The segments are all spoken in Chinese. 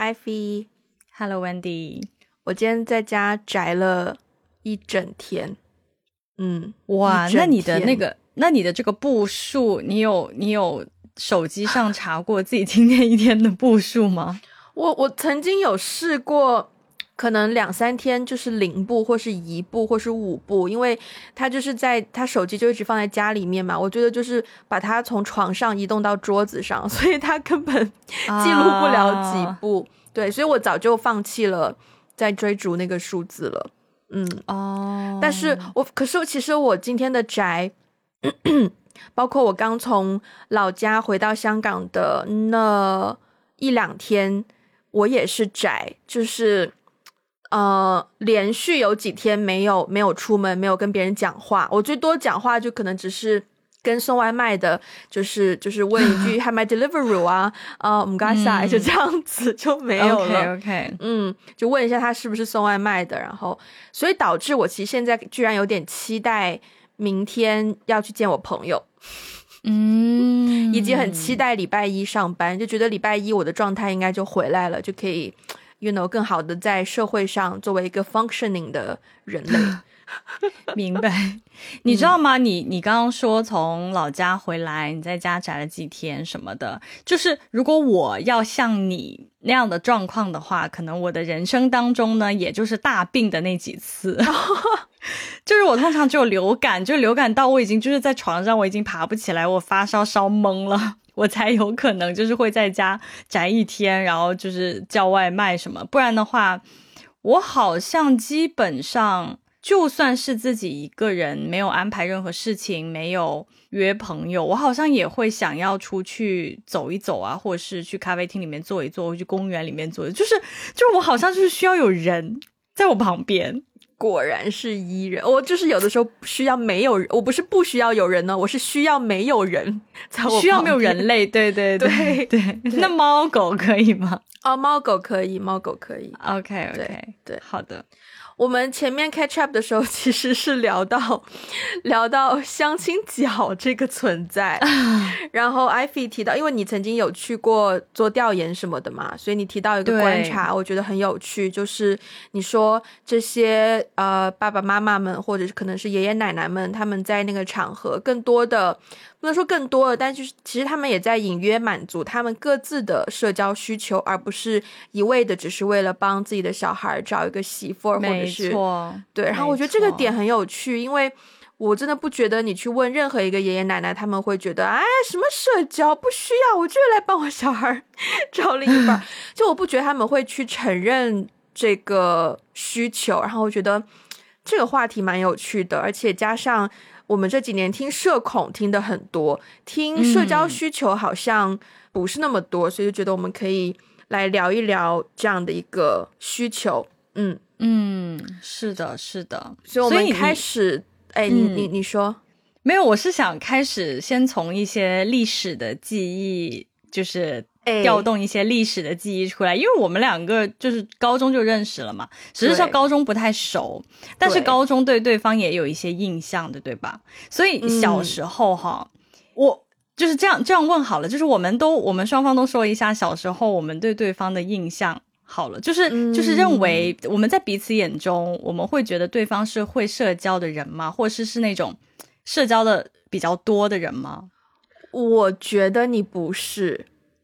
Ivy。 Hello Wendy。 我今天在家宅了一整天。 哇，那你的这个步数，你有手机上查过自己今天一天的步数吗？ 我曾经有试过，可能2-3天就是0步或是1步或是5步，因为他就是他手机就一直放在家里面嘛，我觉得就是把它从床上移动到桌子上，所以他根本记录不了几步。对，所以我早就放弃了在追逐那个数字了。但是其实我今天的宅包括我刚从老家回到香港的那1-2天，我也是宅，就是连续有几天没有出门，没有跟别人讲话。我最多讲话就可能只是跟送外卖的就是问一句Have my delivery 啊唔該晒，就这样子就没有了。 OK， 就问一下他是不是送外卖的，然后所以导致我其实现在居然有点期待明天要去见我朋友。以及很期待礼拜一上班，就觉得礼拜一我的状态应该就回来了，就可以更好的在社会上作为一个 functioning 的人类。 明白。你知道吗？你刚刚说从老家回来，你在家宅了几天什么的，就是如果我要像你那样的状况的话，可能我的人生当中呢，也就是大病的那几次。就是我通常只有流感，就流感到我已经就是在床上我已经爬不起来，我发烧烧懵了，我才有可能就是会在家宅一天，然后就是叫外卖什么。不然的话，我好像基本上就算是自己一个人没有安排任何事情，没有约朋友，我好像也会想要出去走一走啊，或者是去咖啡厅里面坐一坐，或去公园里面坐一坐，就是我好像就是需要有人在我旁边。 果然是E人，我就是有的时候需要没有人，我不是不需要有人呢，我是需要没有人在我旁边， 需要没有人类。对。那猫狗可以吗？ 猫狗可以，猫狗可以。 OK， 对， 好的。 我们前面 catch up 的时候其实是聊到相亲角这个存在。然后 Ivy 提到，因为你曾经有去过做调研什么的嘛，所以你提到一个观察我觉得很有趣，就是你说这些爸爸妈妈们或者是可能是爷爷奶奶们，他们在那个场合更多的，不能说更多的，但就是其实他们也在隐约满足他们各自的社交需求，而不是一味的只是为了帮自己的小孩找一个媳妇或者是对。然后我觉得这个点很有趣，因为我真的不觉得你去问任何一个爷爷奶奶，他们会觉得什么社交不需要，我就是来帮我小孩找另一半。就我不觉得他们会去承认这个需求，然后我觉得这个话题蛮有趣的，而且加上我们这几年听社恐听的很多，听社交需求好像不是那么多，所以就觉得我们可以来聊一聊这样的一个需求。 是的。 所以我们开始你说。 没有，我是想开始先从一些历史的记忆，就是调动一些历史的记忆出来，因为我们两个就是高中就认识了嘛，只是说高中不太熟，但是高中对对方也有一些印象的，对吧？所以小时候我就是这样问好了，就是我们双方都说一下小时候我们对对方的印象好了，就是认为我们在彼此眼中，我们会觉得对方是会社交的人吗？或是那种社交的比较多的人吗？ 我觉得你不是。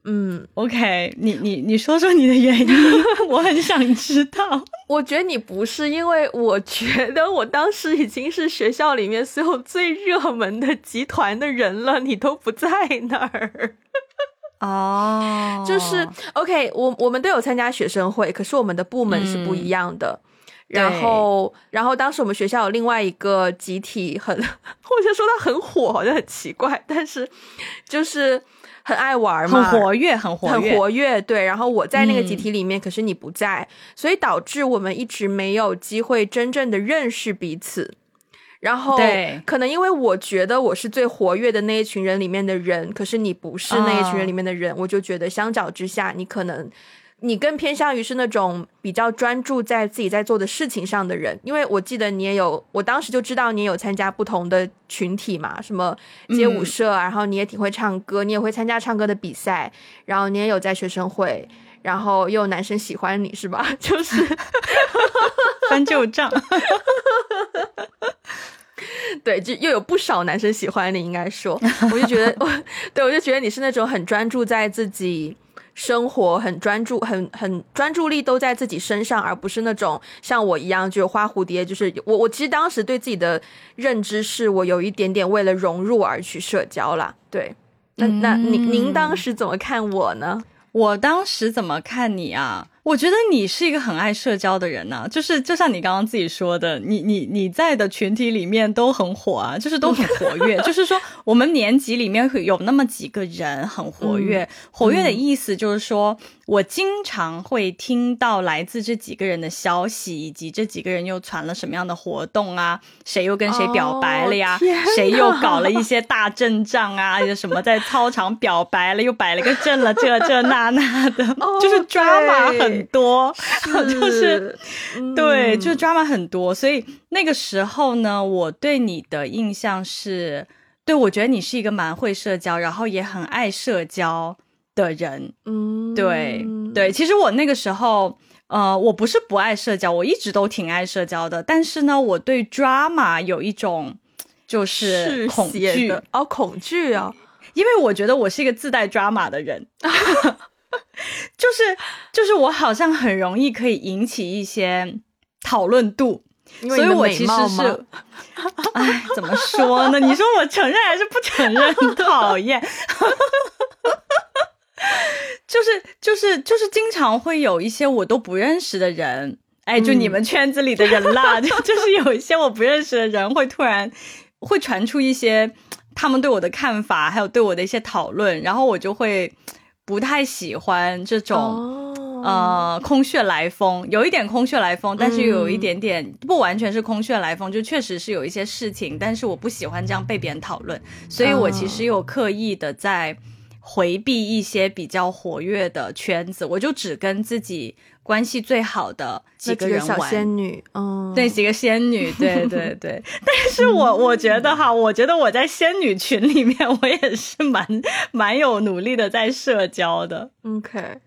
OK， 你说说你的原因，我很想知道。 我觉得你不是，因为我觉得我当时已经是学校里面所有最热门的集团的人了，你都不在那儿。就是 OK， 我们都有参加学生会，可是我们的部门是不一样的。然后当时我们学校有另外一个集体或者说他很火好像很奇怪，但是就是很爱玩嘛， 很活跃。对，然后我在那个集体里面，可是你不在，所以导致我们一直没有机会真正的认识彼此。然后可能因为我觉得我是最活跃的那一群人里面的人，可是你不是那一群人里面的人，我就觉得相较之下你更偏向于是那种比较专注在自己在做的事情上的人。因为我记得我当时就知道你也有参加不同的群体嘛，什么街舞社然后你也挺会唱歌，你也会参加唱歌的比赛，然后你也有在学生会， 然后又有男生喜欢你是吧？就是翻旧账。 对，就又有不少男生喜欢你，应该说，我就觉得，我就觉得你是那种很专注在自己生活，很专注，很专注力都在自己身上，而不是那种像我一样就花蝴蝶。就是我其实当时对自己的认知是我有一点点为了融入而去社交啦。对，那您当时怎么看我呢？ 我当时怎么看你啊？我觉得你是一个很爱社交的人啊，就是就像你刚刚自己说的，你在的群体里面都很火啊，就是都很活跃。就是说我们年级里面有那么几个人很活跃，活跃的意思就是说我经常会听到来自这几个人的消息，以及这几个人又传了什么样的活动啊，谁又跟谁表白了呀，谁又搞了一些大阵仗啊，有什么在操场表白了，又摆了个阵了，这那的，就是 drama 很多，就是对，就是 drama 很多。所以那个时候呢，我对你的印象是，对，我觉得你是一个蛮会社交，然后也很爱社交的人。对，其实我那个时候我不是不爱社交，我一直都挺爱社交的，但是呢，我对 drama 有一种就是恐惧。 恐惧啊， 因为我觉得我是一个自带 drama 的人。就是我好像很容易可以引起一些讨论度，所以我其实是，哎，怎么说呢？你说我承认还是不承认？很讨厌。就是经常会有一些我都不认识的人，哎，就你们圈子里的人啦，就是有一些我不认识的人会突然会传出一些他们对我的看法，还有对我的一些讨论，然后我就会不太喜欢这种空穴来风，有一点空穴来风，但是又有一点点不完全是空穴来风，就确实是有一些事情，但是我不喜欢这样被别人讨论，所以我其实有刻意的在回避一些比较活跃的圈子，我就只跟自己关系最好的几个人玩， 小仙女， 对，几个仙女，对。但是我觉得哈，我觉得我在仙女群里面，我也是蛮有努力的在社交的。 OK，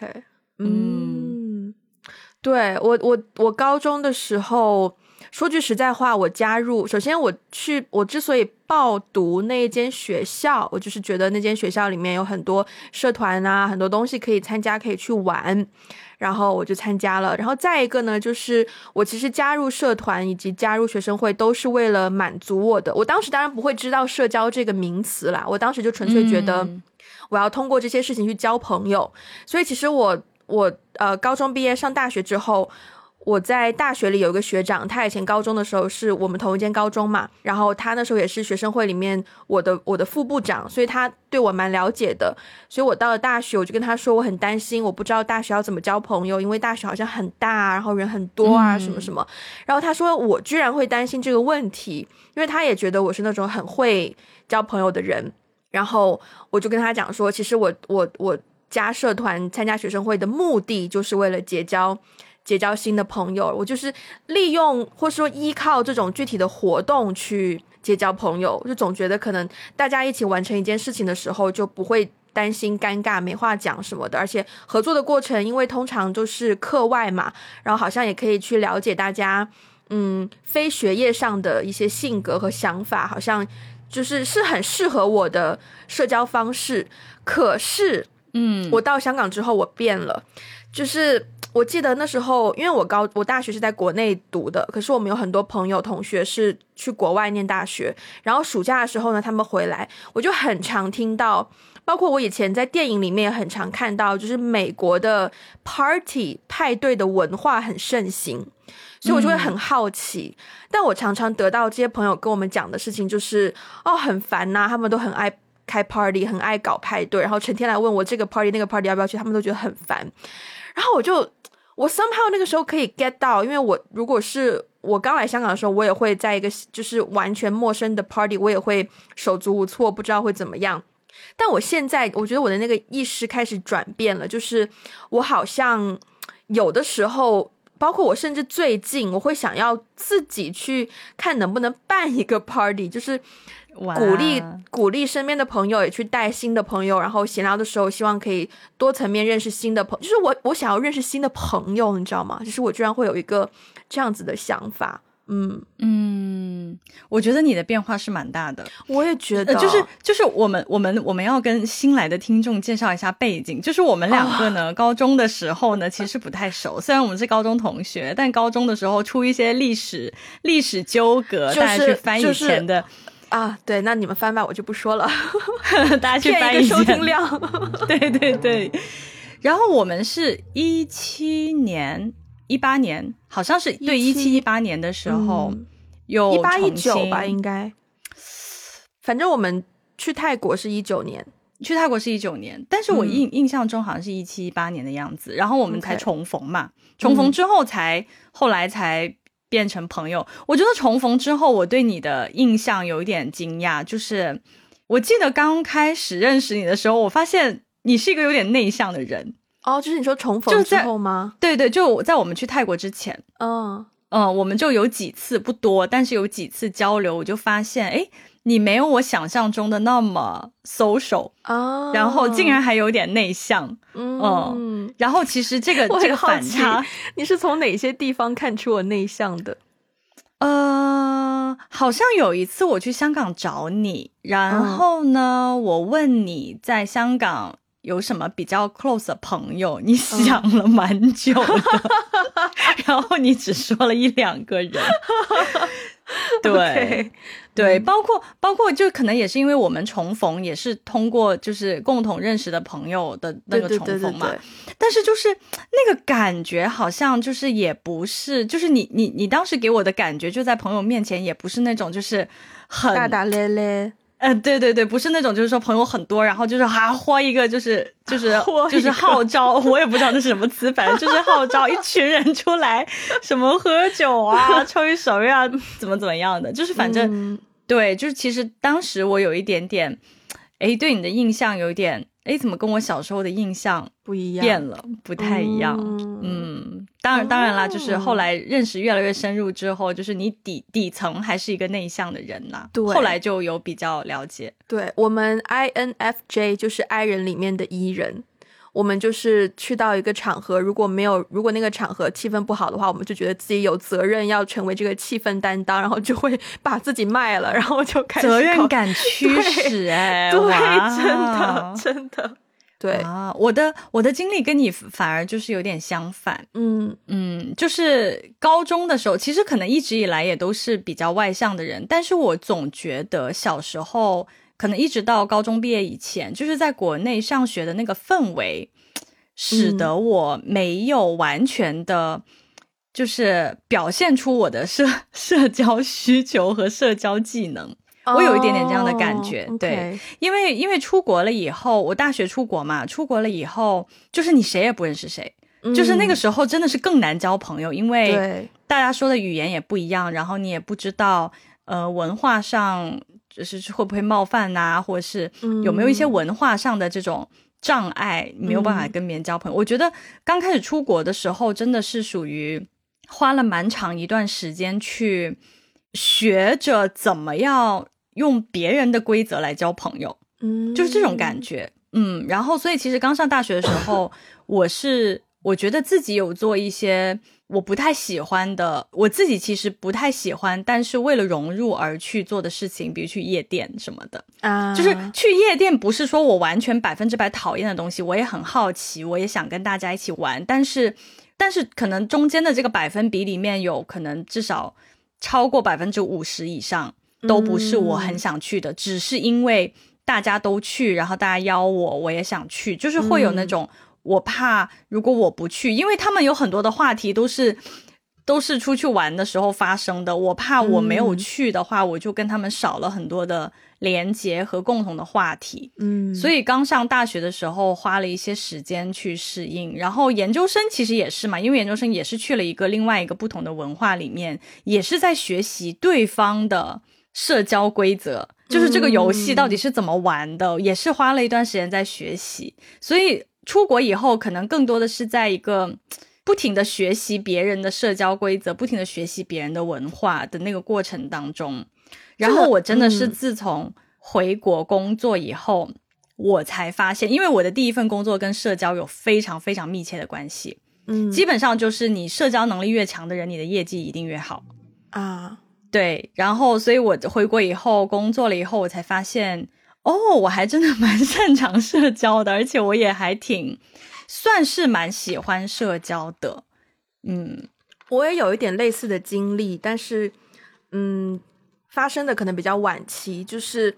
对，我高中的时候，说句实在话，首先我之所以报读那一间学校，我就是觉得那间学校里面有很多社团啊，很多东西可以参加，可以去玩，然后我就参加了。然后再一个呢，就是我其实加入社团以及加入学生会都是为了满足我当时当然不会知道社交这个名词啦，我当时就纯粹觉得我要通过这些事情去交朋友。所以其实我高中毕业上大学之后，我在大学里有一个学长，他以前高中的时候是我们同一间高中嘛，然后他那时候也是学生会里面我的副部长，所以他对我蛮了解的。所以我到了大学，我就跟他说我很担心，我不知道大学要怎么交朋友，因为大学好像很大，然后人很多啊，什么什么。然后他说我居然会担心这个问题，因为他也觉得我是那种很会交朋友的人。然后我就跟他讲说，其实我加社团参加学生会的目的就是为了结交新的朋友，我就是利用或是说依靠这种具体的活动去结交朋友，就总觉得可能大家一起完成一件事情的时候就不会担心尴尬没话讲什么的，而且合作的过程因为通常就是课外嘛，然后好像也可以去了解大家非学业上的一些性格和想法，好像是很适合我的社交方式。可是我到香港之后我变了，就是我记得那时候因为我大学是在国内读的，可是我们有很多朋友同学是去国外念大学，然后暑假的时候呢他们回来，我就很常听到，包括我以前在电影里面也很常看到，就是美国的 party 派对的文化很盛行，所以我就会很好奇。但我常常得到这些朋友跟我们讲的事情就是很烦啊，他们都很爱开 party， 很爱搞派对，然后成天来问我这个 party 那个 party 要不要去，他们都觉得很烦。然后我 somehow 那个时候可以 get 到，因为如果是我刚来香港的时候，我也会在一个就是完全陌生的 party， 我也会手足无措，不知道会怎么样。但我现在我觉得我的那个意识开始转变了，就是我好像有的时候包括我甚至最近我会想要自己去看能不能办一个 party， 就是鼓励身边的朋友也去带新的朋友，然后闲聊的时候希望可以多层面认识新的朋友，就是我想要认识新的朋友，你知道吗？就是我居然会有一个这样子的想法。 我觉得你的变化是蛮大的。 我也觉得， 就是我们要跟新来的听众介绍一下背景，就是我们两个呢，高中的时候呢其实不太熟，虽然我们是高中同学，但高中的时候出一些历史纠葛，大家去翻以前的。 对，那你们翻吧，我就不说了。 大家去翻以前收听量。 对。然后我们是17年、18年，好像是对17、18年的时候有 18、19吧，应该。反正我们去泰国是19年， 但是我印象中好像是17、18年的样子。然后我们才重逢嘛，重逢之后后来才变成朋友。我觉得重逢之后我对你的印象有一点惊讶，就是我记得刚开始认识你的时候，我发现你是一个有点内向的人。 就是你说重逢之后吗？ 对，就在我们去泰国之前。我们就有几次，不多，但是有几次交流，我就发现你没有我想象中的那么 social，然后竟然还有点内向。然后其实这个反差， 你是从哪些地方看出我内向的？ 好像有一次我去香港找你，然后呢，我问你在香港有什么比较 close 的朋友，你想了蛮久的。然后你只说了1-2个人。对对，包括就可能也是因为我们重逢也是通过就是共同认识的朋友的那个重逢嘛。对，但是就是那个感觉好像就是也不是，就是你当时给我的感觉就在朋友面前也不是那种就是很大大咧咧。 对，不是那种就是说朋友很多，然后就是豁一个就是号召，我也不知道那是什么词，反正就是号召一群人出来什么喝酒啊吹水啊怎么样的，就是反正对，就是其实当时我有一点点对你的印象有一点怎么跟我小时候的印象不一样， 变了，不太一样。当然啦，就是后来认识越来越深入之后，就是你底层还是一个内向的人啦。对，后来就有比较了解。 对，我们 INFJ 就是 I 人里面的 E 人，我们就是去到一个场合，如果那个场合气氛不好的话，我们就觉得自己有责任要成为这个气氛担当，然后就会把自己卖了，然后就开始责任感驱使。 对，真的。对我的经历跟你反而就是有点相反。就是高中的时候其实可能一直以来也都是比较外向的人，但是我总觉得小时候可能一直到高中毕业以前，就是在国内上学的那个氛围使得我没有完全的就是表现出我的社交需求和社交技能。我有一点点这样的感觉。对，因为出国了以后，我大学出国嘛，出国了以后就是你谁也不认识谁。就是那个时候真的是更难交朋友，因为大家说的语言也不一样，然后你也不知道文化上就是会不会冒犯啊，或者是有没有一些文化上的这种障碍，你没有办法跟别人交朋友。我觉得刚开始出国的时候真的是属于花了蛮长一段时间去学着怎么样用别人的规则来交朋友。就是这种感觉。然后所以其实刚上大学的时候我觉得自己有做一些我不太喜欢的，我自己其实不太喜欢，但是为了融入而去做的事情，比如去夜店什么的。就是去夜店不是说我完全100%讨厌的东西，我也很好奇，我也想跟大家一起玩，但是可能中间的这个百分比里面有可能至少超过50%以上都不是我很想去的，只是因为大家都去，然后大家邀我也想去，就是会有那种我怕如果我不去，因为他们有很多的话题都是出去玩的时候发生的，我怕我没有去的话，我就跟他们少了很多的连结和共同的话题。所以刚上大学的时候花了一些时间去适应，然后研究生其实也是嘛，因为研究生也是去了另外一个不同的文化里面，也是在学习对方的社交规则，就是这个游戏到底是怎么玩的，也是花了一段时间在学习。所以出国以后可能更多的是在一个不停的学习别人的社交规则，不停的学习别人的文化的那个过程当中，然后我真的是自从回国工作以后，我才发现，因为我的第一份工作跟社交有非常非常密切的关系，基本上就是你社交能力越强的人，你的业绩一定越好啊。 对，然后所以我回国以后工作了以后，我才发现我还真的蛮擅长社交的，而且我也还算是蛮喜欢社交的。 我也有一点类似的经历，但是发生的可能比较晚期，就是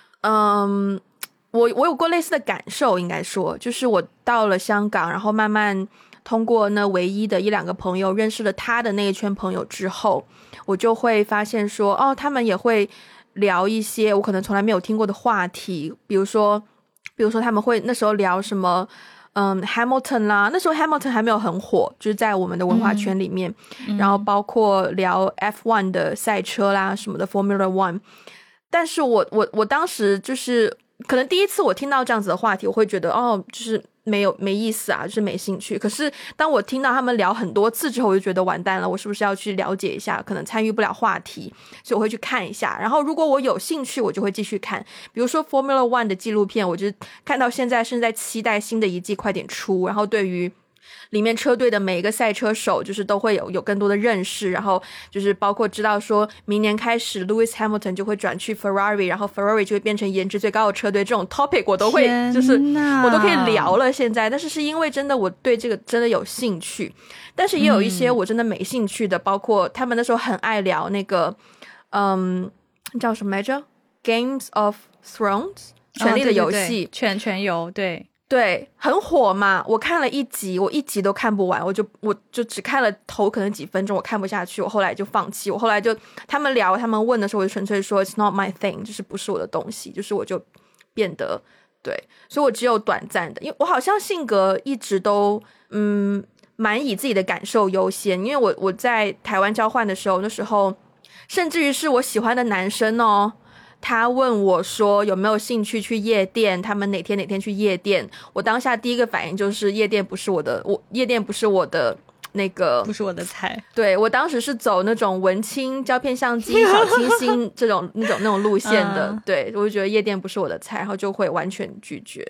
我有过类似的感受，应该说就是我到了香港，然后慢慢通过那唯一的1-2个朋友认识了他的那一圈朋友之后，我就会发现说他们也会聊一些我可能从来没有听过的话题，比如说他们会那时候聊什么Hamilton 啦，那时候 Hamilton 还没有很火，就是在我们的文化圈里面，然后包括聊 F1 的赛车啦什么的 Formula One， 但是我当时就是可能第一次我听到这样子的话题，我会觉得就是没意思啊，就是没兴趣。可是当我听到他们聊很多次之后，我就觉得完蛋了，我是不是要去了解一下？可能参与不了话题，所以我会去看一下。然后如果我有兴趣，我就会继续看。比如说 Formula One 的纪录片，我就看到现在甚至在期待新的一季快点出。然后对于里面车队的每一个赛车手就是都会有更多的认识，然后就是包括知道说明年开始 Lewis Hamilton 就会转去 Ferrari， 然后 Ferrari 就会变成颜值最高的车队，这种 topic 我都会就是我都可以聊了现在。但是因为真的我对这个真的有兴趣，但是也有一些我真的没兴趣的，包括他们那时候很爱聊那个叫什么来着 Games of Thrones 权力的游戏， 全游， 对，很火嘛。我看了1集，我1集都看不完，我就只看了头可能几分钟，我看不下去，我后来就放弃。我后来就他们问的时候，我就纯粹说 It's not my thing， 就是不是我的东西，就是我就变得对，所以我只有短暂的，因为我好像性格一直都蛮以自己的感受优先。因为我在台湾交换的时候，那时候甚至于是我喜欢的男生他问我说有没有兴趣去夜店，他们哪天去夜店。我当下第一个反应就是夜店不是我的那个不是我的菜。 对，我当时是走那种文青胶片相机小清新这种那种路线的对，我就觉得夜店不是我的菜，然后就会完全拒绝。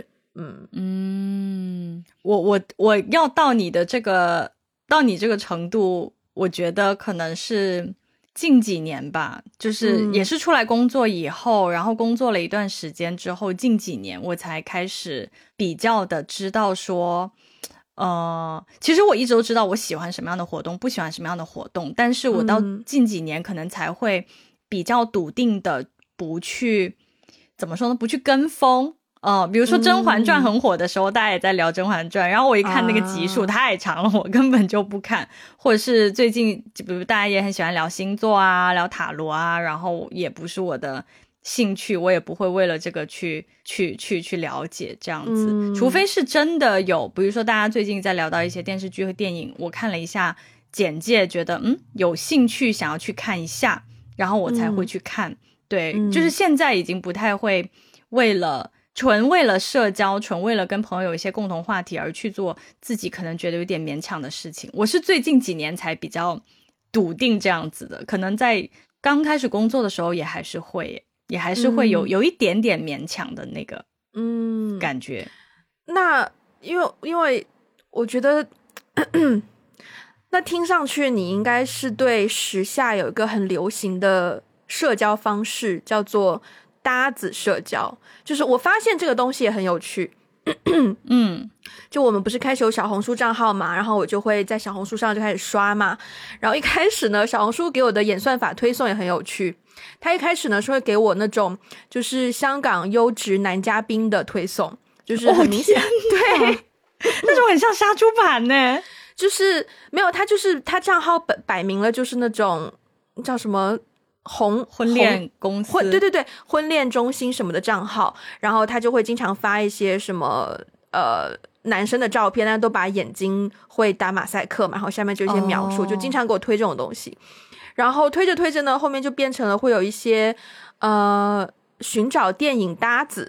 我要到你这个程度，我觉得可能是近几年吧，就是也是出来工作以后，然后工作了一段时间之后，近几年我才开始比较的知道说其实我一直都知道我喜欢什么样的活动，不喜欢什么样的活动，但是我到近几年可能才会比较笃定的不去怎么说呢，不去跟风。比如说《甄嬛传》很火的时候，大家也在聊《甄嬛传》，然后我一看那个集数太长了，我根本就不看。或者是最近比如大家也很喜欢聊星座啊，聊塔罗啊，然后也不是我的兴趣，我也不会为了这个去了解这样子。除非是真的有，比如说大家最近在聊到一些电视剧和电影，我看了一下简介，觉得有兴趣想要去看一下，然后我才会去看。对，就是现在已经不太会纯为了社交，纯为了跟朋友有一些共同话题而去做自己可能觉得有点勉强的事情。我是最近几年才比较笃定这样子的，可能在刚开始工作的时候也还是会有一点点勉强的那个感觉。 那因为我觉得那听上去你应该是对时下有一个很流行的社交方式叫做搭子社交，就是我发现这个东西也很有趣。就我们不是开始有小红书账号嘛，然后我就会在小红书上就开始刷嘛。然后一开始呢，小红书给我的演算法推送也很有趣，它一开始呢是会给我那种就是香港优质男嘉宾的推送，就是很明显对那种很像杀猪盘呢。 就是没有，他账号摆明了就是那种叫什么婚恋公司， 对婚恋中心什么的账号，然后他就会经常发一些什么男生的照片，但都把眼睛会打马赛克嘛，然后下面就一些描述，就经常给我推这种东西。然后推着呢，后面就变成了会有一些寻找电影搭子，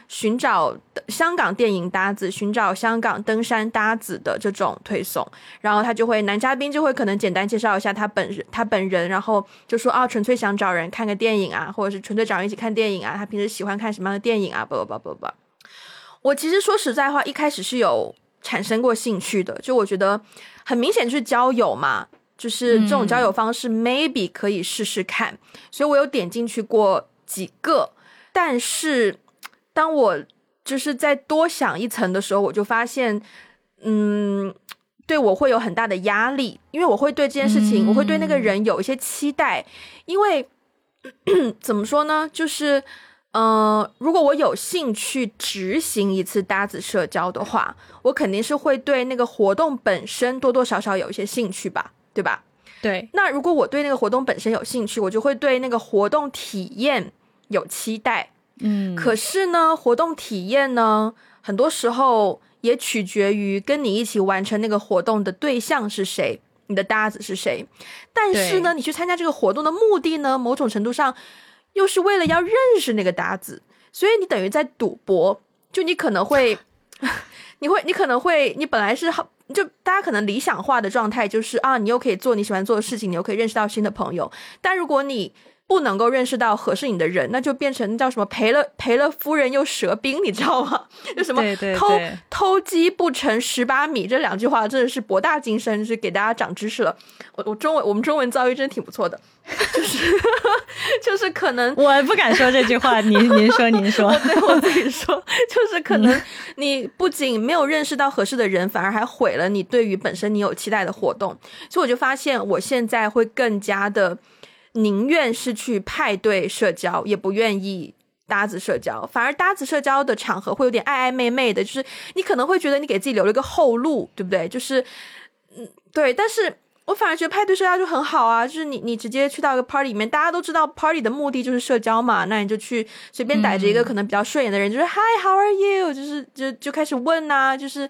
寻找香港电影搭子、寻找香港登山搭子的这种推送，然后他就会男嘉宾就会可能简单介绍一下他本人，然后就说啊，纯粹想找人看个电影啊，或者是纯粹找人一起看电影啊，他平时喜欢看什么样的电影啊，不。我其实说实在话，一开始是有产生过兴趣的，就我觉得很明显就是交友嘛，就是这种交友方式 maybe 可以试试看，所以我有点进去过几个，但是当我就是再多想一层的时候，我就发现对我会有很大的压力，因为我会对这件事情我会对那个人有一些期待，因为怎么说呢，就是如果我有兴趣执行一次搭子社交的话，我肯定是会对那个活动本身多多少少有一些兴趣吧，对吧？ 对。 那如果我对那个活动本身有兴趣，我就会对那个活动体验有期待。可是呢，活动体验呢，很多时候也取决于跟你一起完成那个活动的对象是谁，你的搭子是谁。但是呢，你去参加这个活动的目的呢，某种程度上又是为了要认识那个搭子，所以你等于在赌博。就你可能会你本来是就大家可能理想化的状态就是啊，你又可以做你喜欢做的事情，你又可以认识到新的朋友，但如果你不能够认识到合适你的人，那就变成叫什么赔了夫人又折兵，你知道吗？就什么偷鸡不成蚀米，这两句话真的是博大精深，是给大家长知识了。我们中文造诣真的挺不错的，就是可能我不敢说这句话，您说对我自己说，就是可能你不仅没有认识到合适的人，反而还毁了你对于本身你有期待的活动。所以我就发现我现在会更加的宁愿是去派对社交，也不愿意搭子社交，反而搭子社交的场合会有点暧暧昧昧的，就是你可能会觉得你给自己留了一个后路，对不对？就是对，但是我反而觉得派对社交就很好啊，就是你直接去到一个 party 里面，大家都知道 party 的目的就是社交嘛，那你就去随便逮着一个可能比较顺眼的人，就是 Hi how are you， 就开始问啊，就是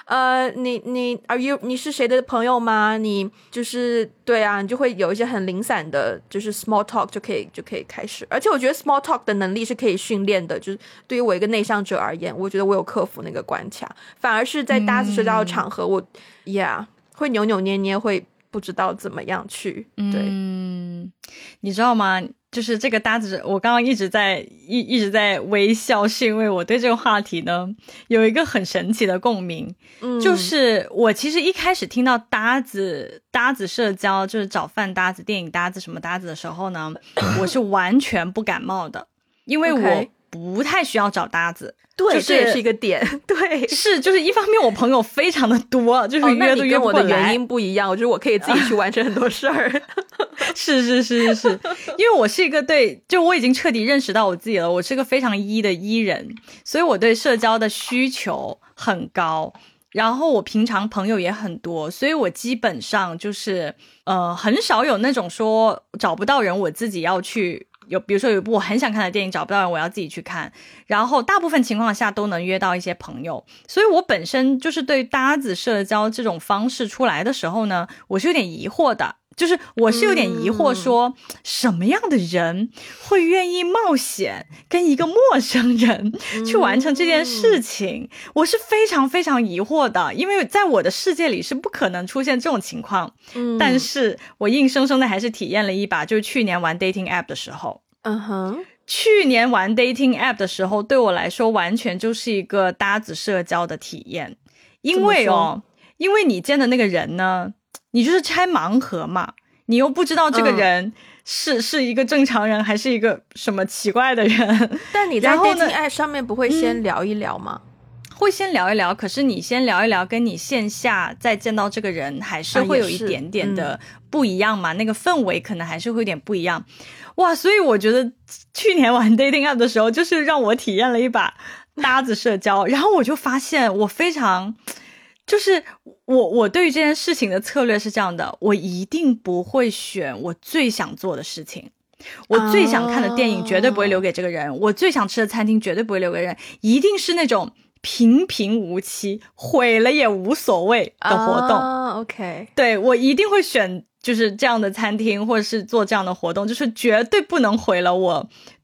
你是谁的朋友吗？你就是对啊，你就会有一些很零散的，就是 small talk 就可以开始。而且我觉得 small talk 的能力是可以训练的，就是对于我一个内向者而言，我觉得我有克服那个关卡，反而是在搭子社交的场合，我 会扭扭捏捏，会不知道怎么样去。对， 你知道吗？就是这个搭子，我刚刚一直在微笑，是因为我对这个话题呢有一个很神奇的共鸣。就是我其实一开始听到搭子社交，就是找饭搭子、电影搭子什么搭子的时候呢，我是完全不感冒的，因为我不太需要找搭子。 对， 就是、 这也是一个点。对， 就是一方面我朋友非常的多，就是约都约不过来。 那你跟我的原因不一样，我觉得我可以自己去完成很多事儿。 是，因为我是一个就我已经彻底认识到我自己了，我是个非常E的E人，所以我对社交的需求很高。然后我平常朋友也很多，所以我基本上就是很少有那种说找不到人我自己要去。比如说有一部我很想看的电影找不到人，我要自己去看，然后大部分情况下都能约到一些朋友，所以我本身就是对搭子社交这种方式出来的时候呢，我是有点疑惑的，就是我是有点疑惑说什么样的人会愿意冒险跟一个陌生人去完成这件事情，我是非常非常疑惑的，因为在我的世界里是不可能出现这种情况。但是我硬生生的还是体验了一把，就是去年玩 dating app 的时候。去年玩 dating app 的时候对我来说完全就是一个搭子社交的体验，因为你见的那个人呢，你就是拆盲盒嘛，你又不知道这个人是一个正常人还是一个什么奇怪的人。 但你在 dating app 上面不会先聊一聊吗？ 会先聊一聊，可是你先聊一聊跟你线下再见到这个人还是会有一点点的不一样嘛，那个氛围可能还是会有点不一样。哇，所以我觉得去年玩 dating app 的时候就是让我体验了一把搭子社交，然后我就发现我非常就是我对于这件事情的策略是这样的，我一定不会选我最想做的事情，我最想看的电影绝对不会留给这个人，我最想吃的餐厅绝对不会留给人，一定是那种平平无奇毁了也无所谓的活动。 OK， 对，我一定会选就是这样的餐厅或者是做这样的活动，就是绝对不能毁了我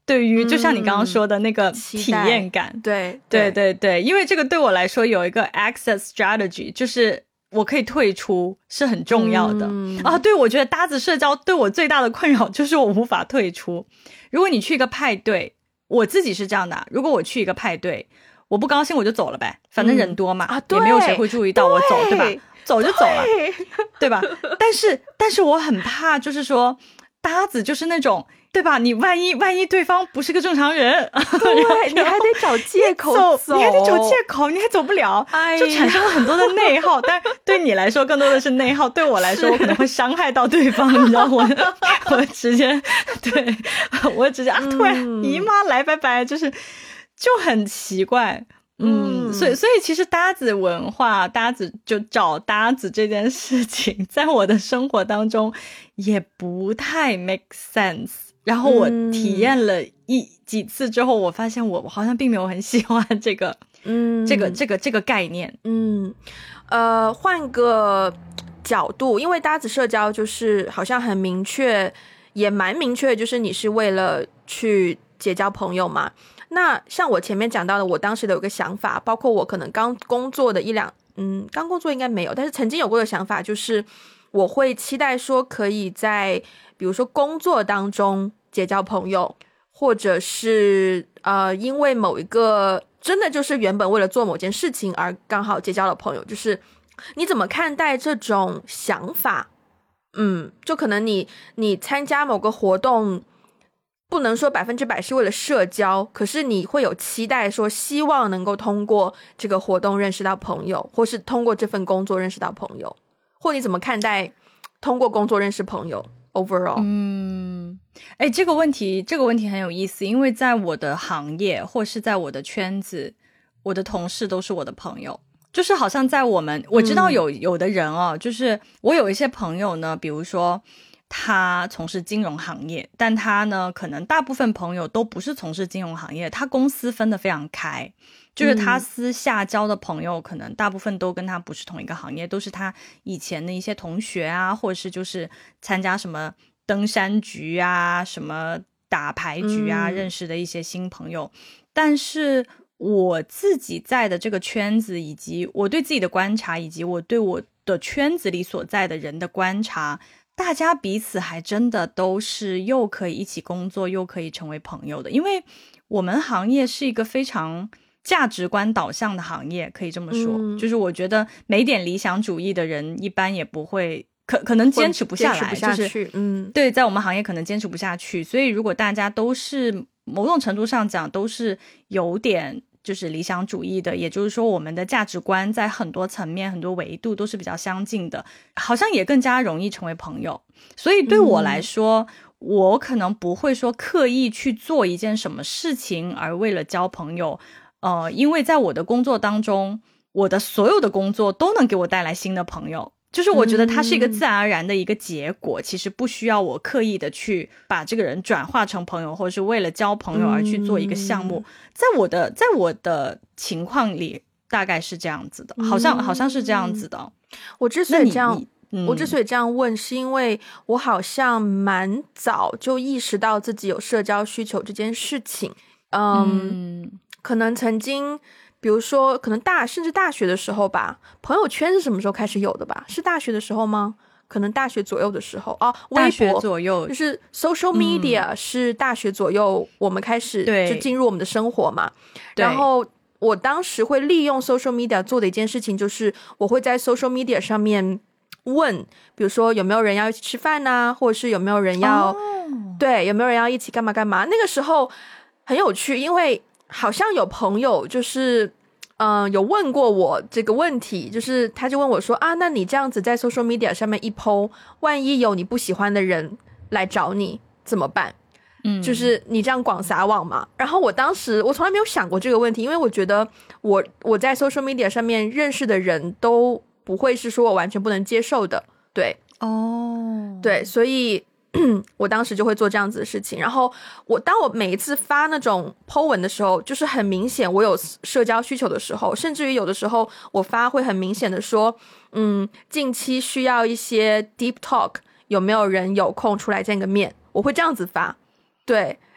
对于就像你刚刚说的那个体验感， 对， 因为这个对我来说有一个 exit strategy， 就是我可以退出是很重要的对，我觉得搭子社交对我最大的困扰就是我无法退出。如果你去一个派对，我自己是这样的，如果我去一个派对，我不高兴我就走了呗，反正人多嘛，也没有谁会注意到我走，对吧？走就走了，对吧？但是我很怕，就是说搭子就是那种，对吧？你万一对方不是个正常人， 对，你还得找借口走， 你还得找借口，你还走不了，就产生了很多的内耗。但对你来说更多的是内耗，对我来说我可能会伤害到对方，你知道我直接突然姨妈来拜拜，就很奇怪。所以其实搭子文化，就找搭子这件事情在我的生活当中也不太 make sense。然后我体验了几次之后，我发现我好像并没有很喜欢这个概念。 换个角度，因为搭子社交就是好像很明确，也蛮明确，就是你是为了去结交朋友嘛。那像我前面讲到的，我当时的有个想法，包括我可能刚工作的刚工作应该没有，但是曾经有过的想法，就是我会期待说可以在比如说工作当中结交朋友，或者是因为某一个真的就是原本为了做某件事情而刚好结交了朋友，就是你怎么看待这种想法？就可能你参加某个活动，不能说100%是为了社交，可是你会有期待说希望能够通过这个活动认识到朋友，或是通过这份工作认识到朋友，或你怎么看待通过工作认识朋友 overall？ 这个问题很有意思，因为在我的行业或是在我的圈子，我的同事都是我的朋友。就是好像在我知道有的人就是我有一些朋友呢，比如说他从事金融行业，但他呢可能大部分朋友都不是从事金融行业，他公司分得非常开，就是他私下交的朋友可能大部分都跟他不是同一个行业，都是他以前的一些同学啊，或者是就是参加什么登山局啊，什么打牌局啊，认识的一些新朋友。但是我自己在的这个圈子，以及我对自己的观察，以及我对我的圈子里所在的人的观察，大家彼此还真的都是又可以一起工作又可以成为朋友的。因为我们行业是一个非常价值观导向的行业，可以这么说，就是我觉得没点理想主义的人一般也不会可能坚持不下来，就是对，在我们行业可能坚持不下去。所以如果大家都是某种程度上讲都是有点就是理想主义的，也就是说我们的价值观在很多层面很多维度都是比较相近的，好像也更加容易成为朋友。所以对我来说，我可能不会说刻意去做一件什么事情而为了交朋友，因为在我的工作当中，我的所有的工作都能给我带来新的朋友，就是我觉得它是一个自然而然的一个结果，其实不需要我刻意的去把这个人转化成朋友，或者是为了交朋友而去做一个项目。在我的情况里大概是这样子的，好像是这样子的。 我之所以这样问，是因为我好像蛮早就意识到自己有社交需求这件事情。可能曾经比如说可能甚至大学的时候吧，朋友圈是什么时候开始有的吧？是大学的时候吗？可能大学左右的时候大学左右就是 social media 是大学左右我们开始就进入我们的生活嘛。然后我当时会利用 social media 做的一件事情，就是我会在 social media 上面问，比如说有没有人要一起吃饭啊，或者是有没有人要对，有没有人要一起干嘛干嘛。那个时候很有趣，因为好像有朋友就是有问过我这个问题，就是他就问我说那你这样子在 social media 上面一 po， 万一有你不喜欢的人来找你怎么办？就是你这样广撒网嘛。然后我当时我从来没有想过这个问题，因为我觉得我在 social media 上面认识的人都不会是说我完全不能接受的。对对，所以我当时就会做这样子的事情。然后当我每一次发那种 po 文的时候，就是很明显我有社交需求的时候，甚至于有的时候我发会很明显的说近期需要一些 deep talk， 有没有人有空出来见个面，我会这样子发。对，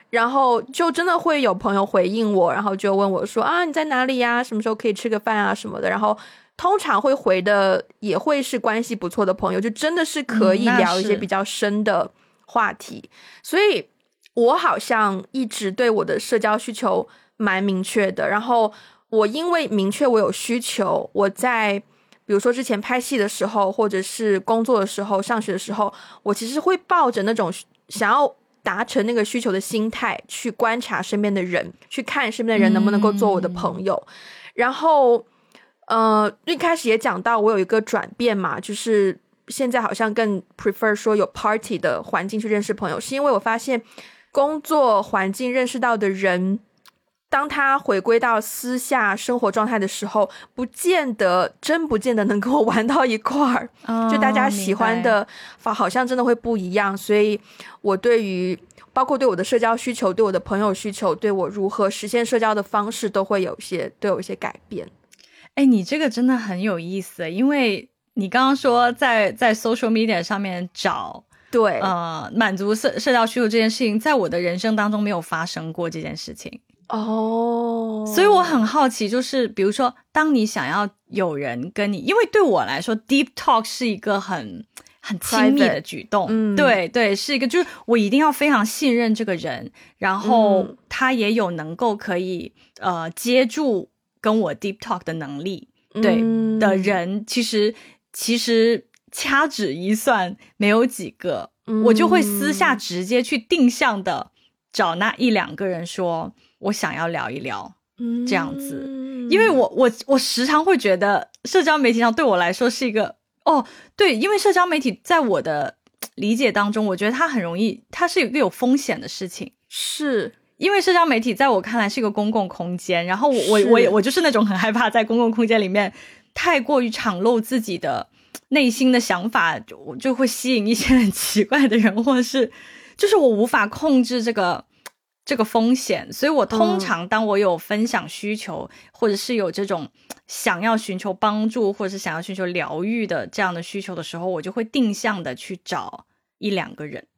然后就真的会有朋友回应我，然后就问我说啊你在哪里呀，什么时候可以吃个饭啊什么的，然后通常会回的也会是关系不错的朋友，就真的是可以聊一些比较深的话题。所以我好像一直对我的社交需求蛮明确的，然后我因为明确我有需求，我在比如说之前拍戏的时候，或者是工作的时候，上学的时候，我其实会抱着那种想要达成那个需求的心态去观察身边的人，去看身边的人能不能够做我的朋友。然后一开始也讲到我有一个转变嘛，就是现在好像更 prefer 说有 party 的环境去认识朋友，是因为我发现工作环境认识到的人，当他回归到私下生活状态的时候，不见得能跟我玩到一块儿，就大家喜欢的好像真的会不一样。所以我对于包括对我的社交需求，对我的朋友需求，对我如何实现社交的方式都有一些改变。 你这个真的很有意思，因为你刚刚说在 social media 上面找对满足社交需求这件事情，在我的人生当中没有发生过这件事情。所以我很好奇，就是比如说当你想要有人跟你，因为对我来说 deep talk 是一个很亲密的举动，对对，是一个就是我一定要非常信任这个人，然后他也有能够可以接住跟我 deep talk 的能力，对的人，其实掐指一算没有几个，我就会私下直接去定向的找那一两个人说我想要聊一聊，这样子。因为我时常会觉得社交媒体上对我来说是一个对，因为社交媒体在我的理解当中，我觉得它很容易，它是一个有风险的事情， 是因为社交媒体在我看来是一个公共空间，然后我就是那种很害怕在公共空间里面太过于敞露自己的内心的想法，就会吸引一些很奇怪的人，或者是就是我无法控制这个风险，所以我通常当我有分享需求，或者是有这种想要寻求帮助，或者是想要寻求疗愈的这样的需求的时候，我就会定向的去找一两个人。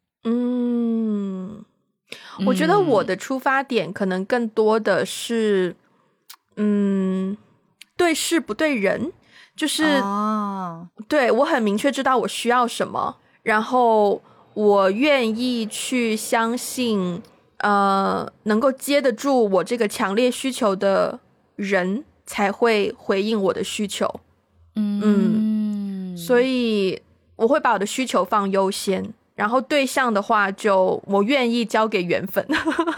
我觉得我的出发点可能更多的是对事不对人，就是对，我很明确知道我需要什么，然后我愿意去相信能够接得住我这个强烈需求的人才会回应我的需求。所以我会把我的需求放优先，然后对象的话就我愿意交给缘分。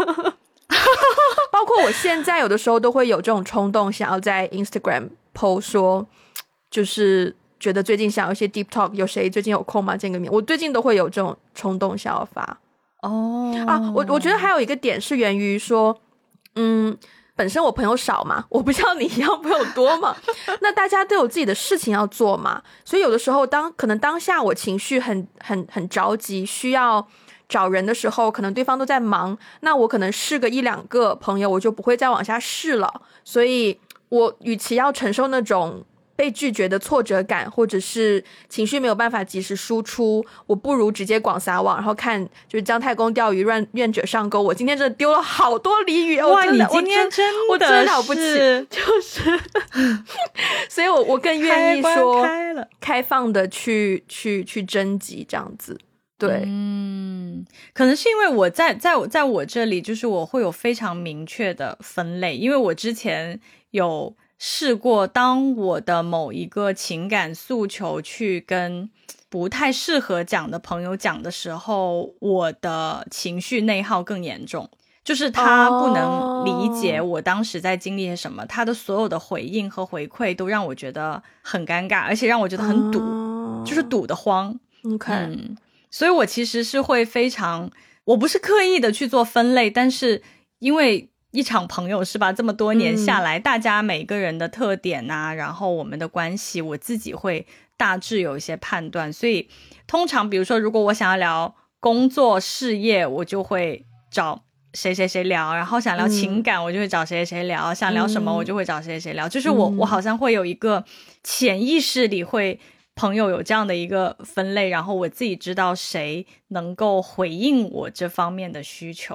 包括我现在有的时候都会有这种冲动，想要在 Instagram po 说就是觉得最近想要一些 deep talk， 有谁最近有空吗见个面，我最近都会有这种冲动想要发。我觉得还有一个点是源于说本身我朋友少嘛，我不像你一样朋友多嘛，那大家都有自己的事情要做嘛，所以有的时候可能当下我情绪很着急，需要找人的时候，可能对方都在忙，那我可能试个一两个朋友，我就不会再往下试了。所以我与其要承受那种被拒绝的挫折感，或者是情绪没有办法及时输出，我不如直接广撒网，然后看就是姜太公钓鱼愿者上钩。我今天真的丢了好多鲤鱼， 哇，你今天我真了不起，就是所以我更愿意说开放的去征集这样子。对， 可能是因为我在我这里，就是我会有非常明确的分类，因为我之前有试过，当我的某一个情感诉求去跟不太适合讲的朋友讲的时候，我的情绪内耗更严重，就是他不能理解我当时在经历些什么，他的所有的回应和回馈都让我觉得很尴尬，而且让我觉得很堵，就是堵得慌。所以我其实是会非常，我不是刻意的去做分类，但是因为一场朋友是吧，这么多年下来，大家每个人的特点啊，然后我们的关系，我自己会大致有一些判断，所以通常比如说如果我想要聊工作事业，我就会找谁谁谁聊，然后想聊情感我就会找谁谁谁聊，想聊什么我就会找谁谁谁聊，就是我好像会有一个潜意识里会朋友有这样的一个分类，然后我自己知道谁能够回应我这方面的需求。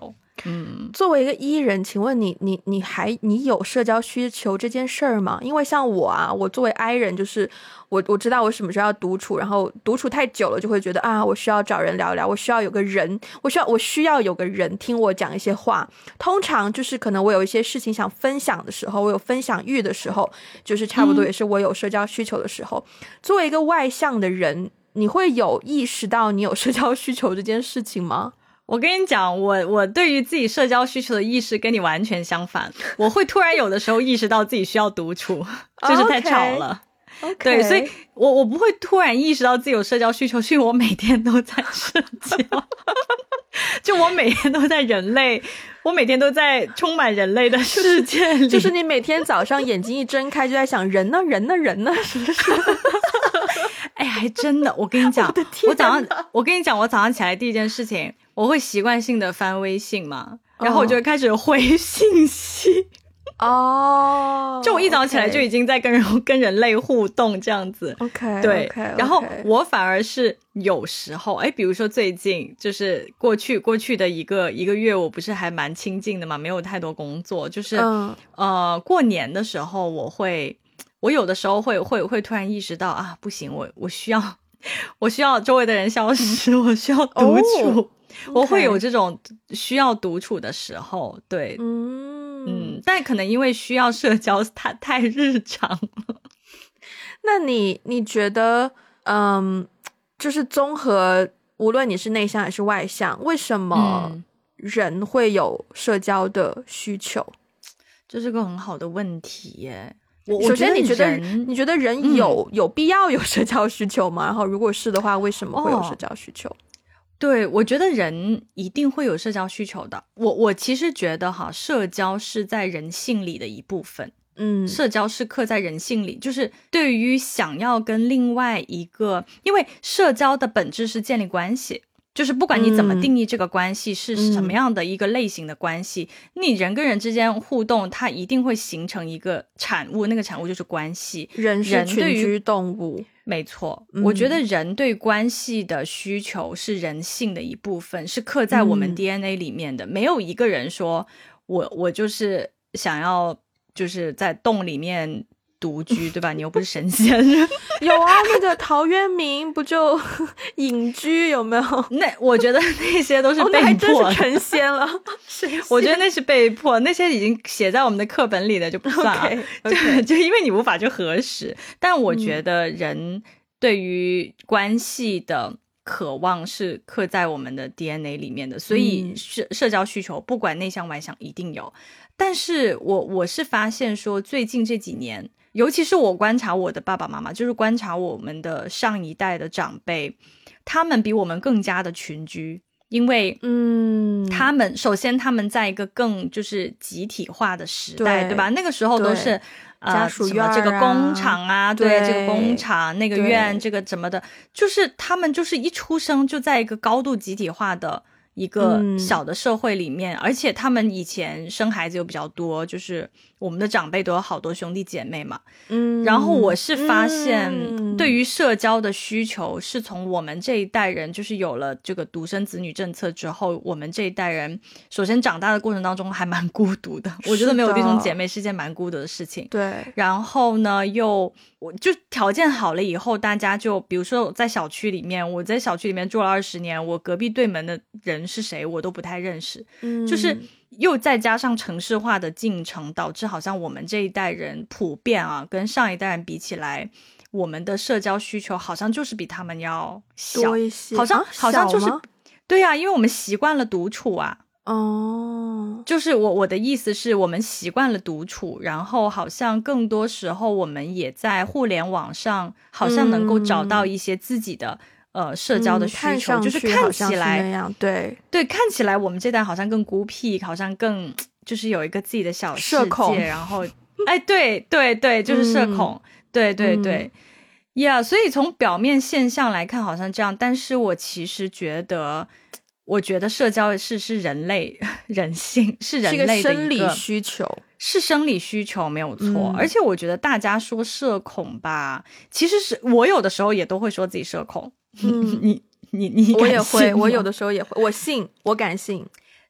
作为一个 E 人，请问你有社交需求这件事儿吗？因为像我啊，我作为 I 人，就是我知道我什么时候要独处，然后独处太久了就会觉得啊，我需要找人聊聊，我需要有个人，我需要有个人听我讲一些话。通常就是可能我有一些事情想分享的时候，我有分享欲的时候，就是差不多也是我有社交需求的时候。作为一个外向的人，你会有意识到你有社交需求这件事情吗？ 我跟你讲，我对于自己社交需求的意识跟你完全相反。我会突然有的时候意识到自己需要独处，就是太吵了。 Okay. 对，所以我不会突然意识到自己有社交需求，是因为我每天都在社交。就我每天都在我每天都在充满人类的世界里。 就是你每天早上眼睛一睁开就在想人呢，是不是？ 哎，还真的，我跟你讲，我跟你讲，我早上起来第一件事情，我会习惯性的翻微信嘛，然后我就会开始回信息。就我一早起来就已经在跟人类互动这样子。 OK， 对，然后我反而是有时候，比如说最近就是过去的一个月，我不是还蛮清静的嘛，没有太多工作，就是过年的时候我有的时候会突然意识到啊，不行，我需要周围的人消失，我需要独处。我会有这种需要独处的时候。对，但可能因为需要社交太日常了。 那你觉得就是综合无论你是内向还是外向，为什么人会有社交的需求？ 这是个很好的问题耶。 首先你觉得人有必要有社交需求吗？然后如果是的话，为什么会有社交需求？ 对，我觉得人一定会有社交需求的。我其实觉得社交是在人性里的一部分。社交是刻在人性里，就是对于想要跟另外一个，因为社交的本质是建立关系，就是不管你怎么定义这个关系是什么样的一个类型的关系，你人跟人之间互动，它一定会形成一个产物，那个产物就是关系。 人是群居动物。 没错，我觉得人对关系的需求是人性的一部分，是刻在我们 DNA 里面的。没有一个人说我就是想要就是在洞里面独居，对吧？你又不是神仙。 有啊，那个陶渊明不就隐居，有没有？ 那我觉得那些都是被迫的。 那还真是成仙了。 我觉得那是被迫，那些已经写在我们的课本里的就不算了。就因为你无法去核实。但我觉得人对于关系的渴望是刻在我们的 DNA 里面的，所以社交需求不管内向外向一定有。但是我是发现说最近这几年，尤其是我观察我的爸爸妈妈，就是观察我们的上一代的长辈，他们比我们更加的群居。因为他们首先他们在一个更就是集体化的时代， 对吧？那个时候都是家属院这个工厂啊，对，这个工厂那个院这个什么的，就是他们就是一出生就在一个高度集体化的一个小的社会里面，而且他们以前生孩子又比较多，就是我们的长辈都有好多兄弟姐妹嘛。然后我是发现对于社交的需求是从我们这一代人就是有了这个独生子女政策之后，我们这一代人首先长大的过程当中还蛮孤独的，我觉得没有弟兄姐妹是件蛮孤独的事情。 对， 然后呢我就条件好了以后，大家就比如说在小区里面，我在小区里面住了20年，我隔壁对门的人是谁我都不太认识。就是又再加上城市化的进程，导致好像我们这一代人普遍跟上一代人比起来，我们的社交需求好像就是比他们要小多一些， 好像就是对啊，因为我们习惯了独处啊。就是我的意思是我们习惯了独处，然后好像更多时候我们也在互联网上好像能够找到一些自己的社交的需求，就是看起来对，看起来我们这代好像更孤僻，好像更就是有一个自己的小世界，然后对，就是社恐，对呀，所以从表面现象来看好像这样，但是我其实觉得社交是人类人性，是人类的一个生理需求， 是生理需求没有错。而且我觉得大家说社恐吧，其实是我有的时候也都会说自己社恐。你我也会，我有的时候也会，我敢信。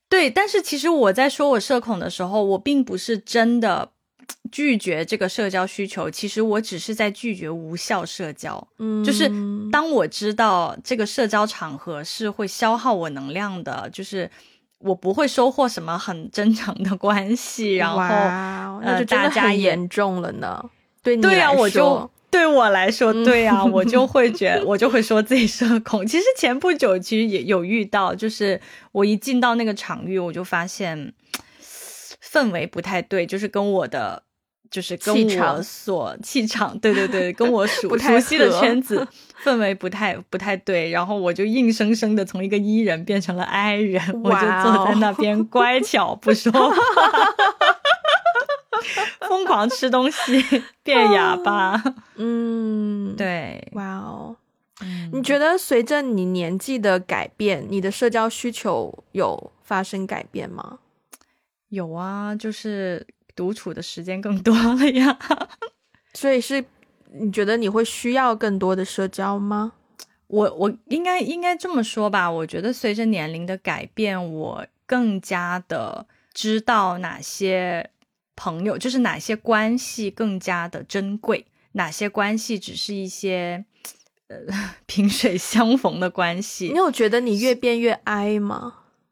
对，但是其实我在说我社恐的时候，我并不是真的拒绝这个社交需求，其实我只是在拒绝无效社交。就是当我知道这个社交场合是会消耗我能量的，就是我不会收获什么很真诚的关系，然后那就真的很严重了呢。对你来说， 对啊，对我来说，对啊，我就会说自己社恐。其实前不久其实也有遇到，就是我一进到那个场域，我就发现氛围不太对，就是跟我的就是跟我所气场对对对，跟我熟悉的圈子氛围不太对，然后我就硬生生的从一个 E 人变成了 I 人，我就坐在那边乖巧不说话疯狂吃东西变哑巴。对， 哇哦。你觉得随着你年纪的改变，你的社交需求有发生改变吗？ 有啊，就是独处的时间更多了呀。 所以是你觉得你会需要更多的社交吗？ 我应该这么说吧，我觉得随着年龄的改变，我更加的知道哪些朋友，就是哪些关系更加的珍贵，哪些关系只是一些萍水相逢的关系。 你有觉得你越变越 I 吗？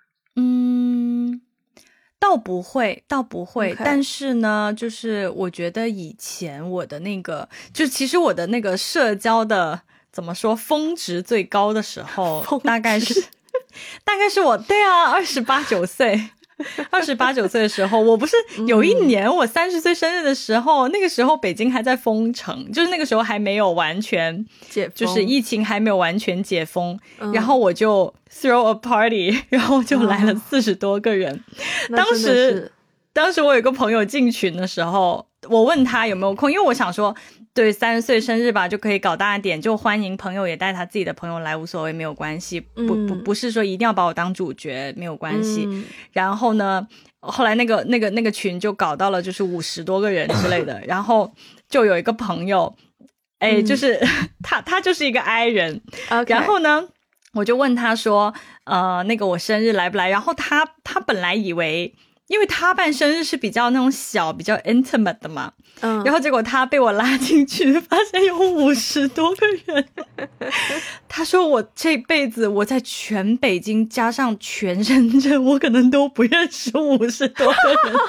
倒不会 okay. 但是呢，就是我觉得以前我的那个，就其实我的那个社交的怎么说峰值最高的时候，大概是我对啊28、29岁28、29岁的时候，我不是有一年我30岁生日的时候，那个时候北京还在封城，就是那个时候还没有完全解封， 就是疫情还没有完全解封，然后我就 throw a party， 然后就来了40多个人。当时我有一个朋友进群的时候，我问他有没有空，因为我想说对30岁生日吧，就可以搞大点，就欢迎朋友也带他自己的朋友来，无所谓，没有关系，不是说一定要把我当主角，没有关系。然后呢，后来那个群就搞到了就是50多个人之类的，然后就有一个朋友，就是他就是一个 I 人，然后呢，我就问他说，那个我生日来不来？然后他本来以为。因为他办生日是比较那种小比较 intimate 的嘛，然后结果他被我拉进去发现有50多个人他说我这辈子我在全北京加上全深圳我可能都不认识50多个人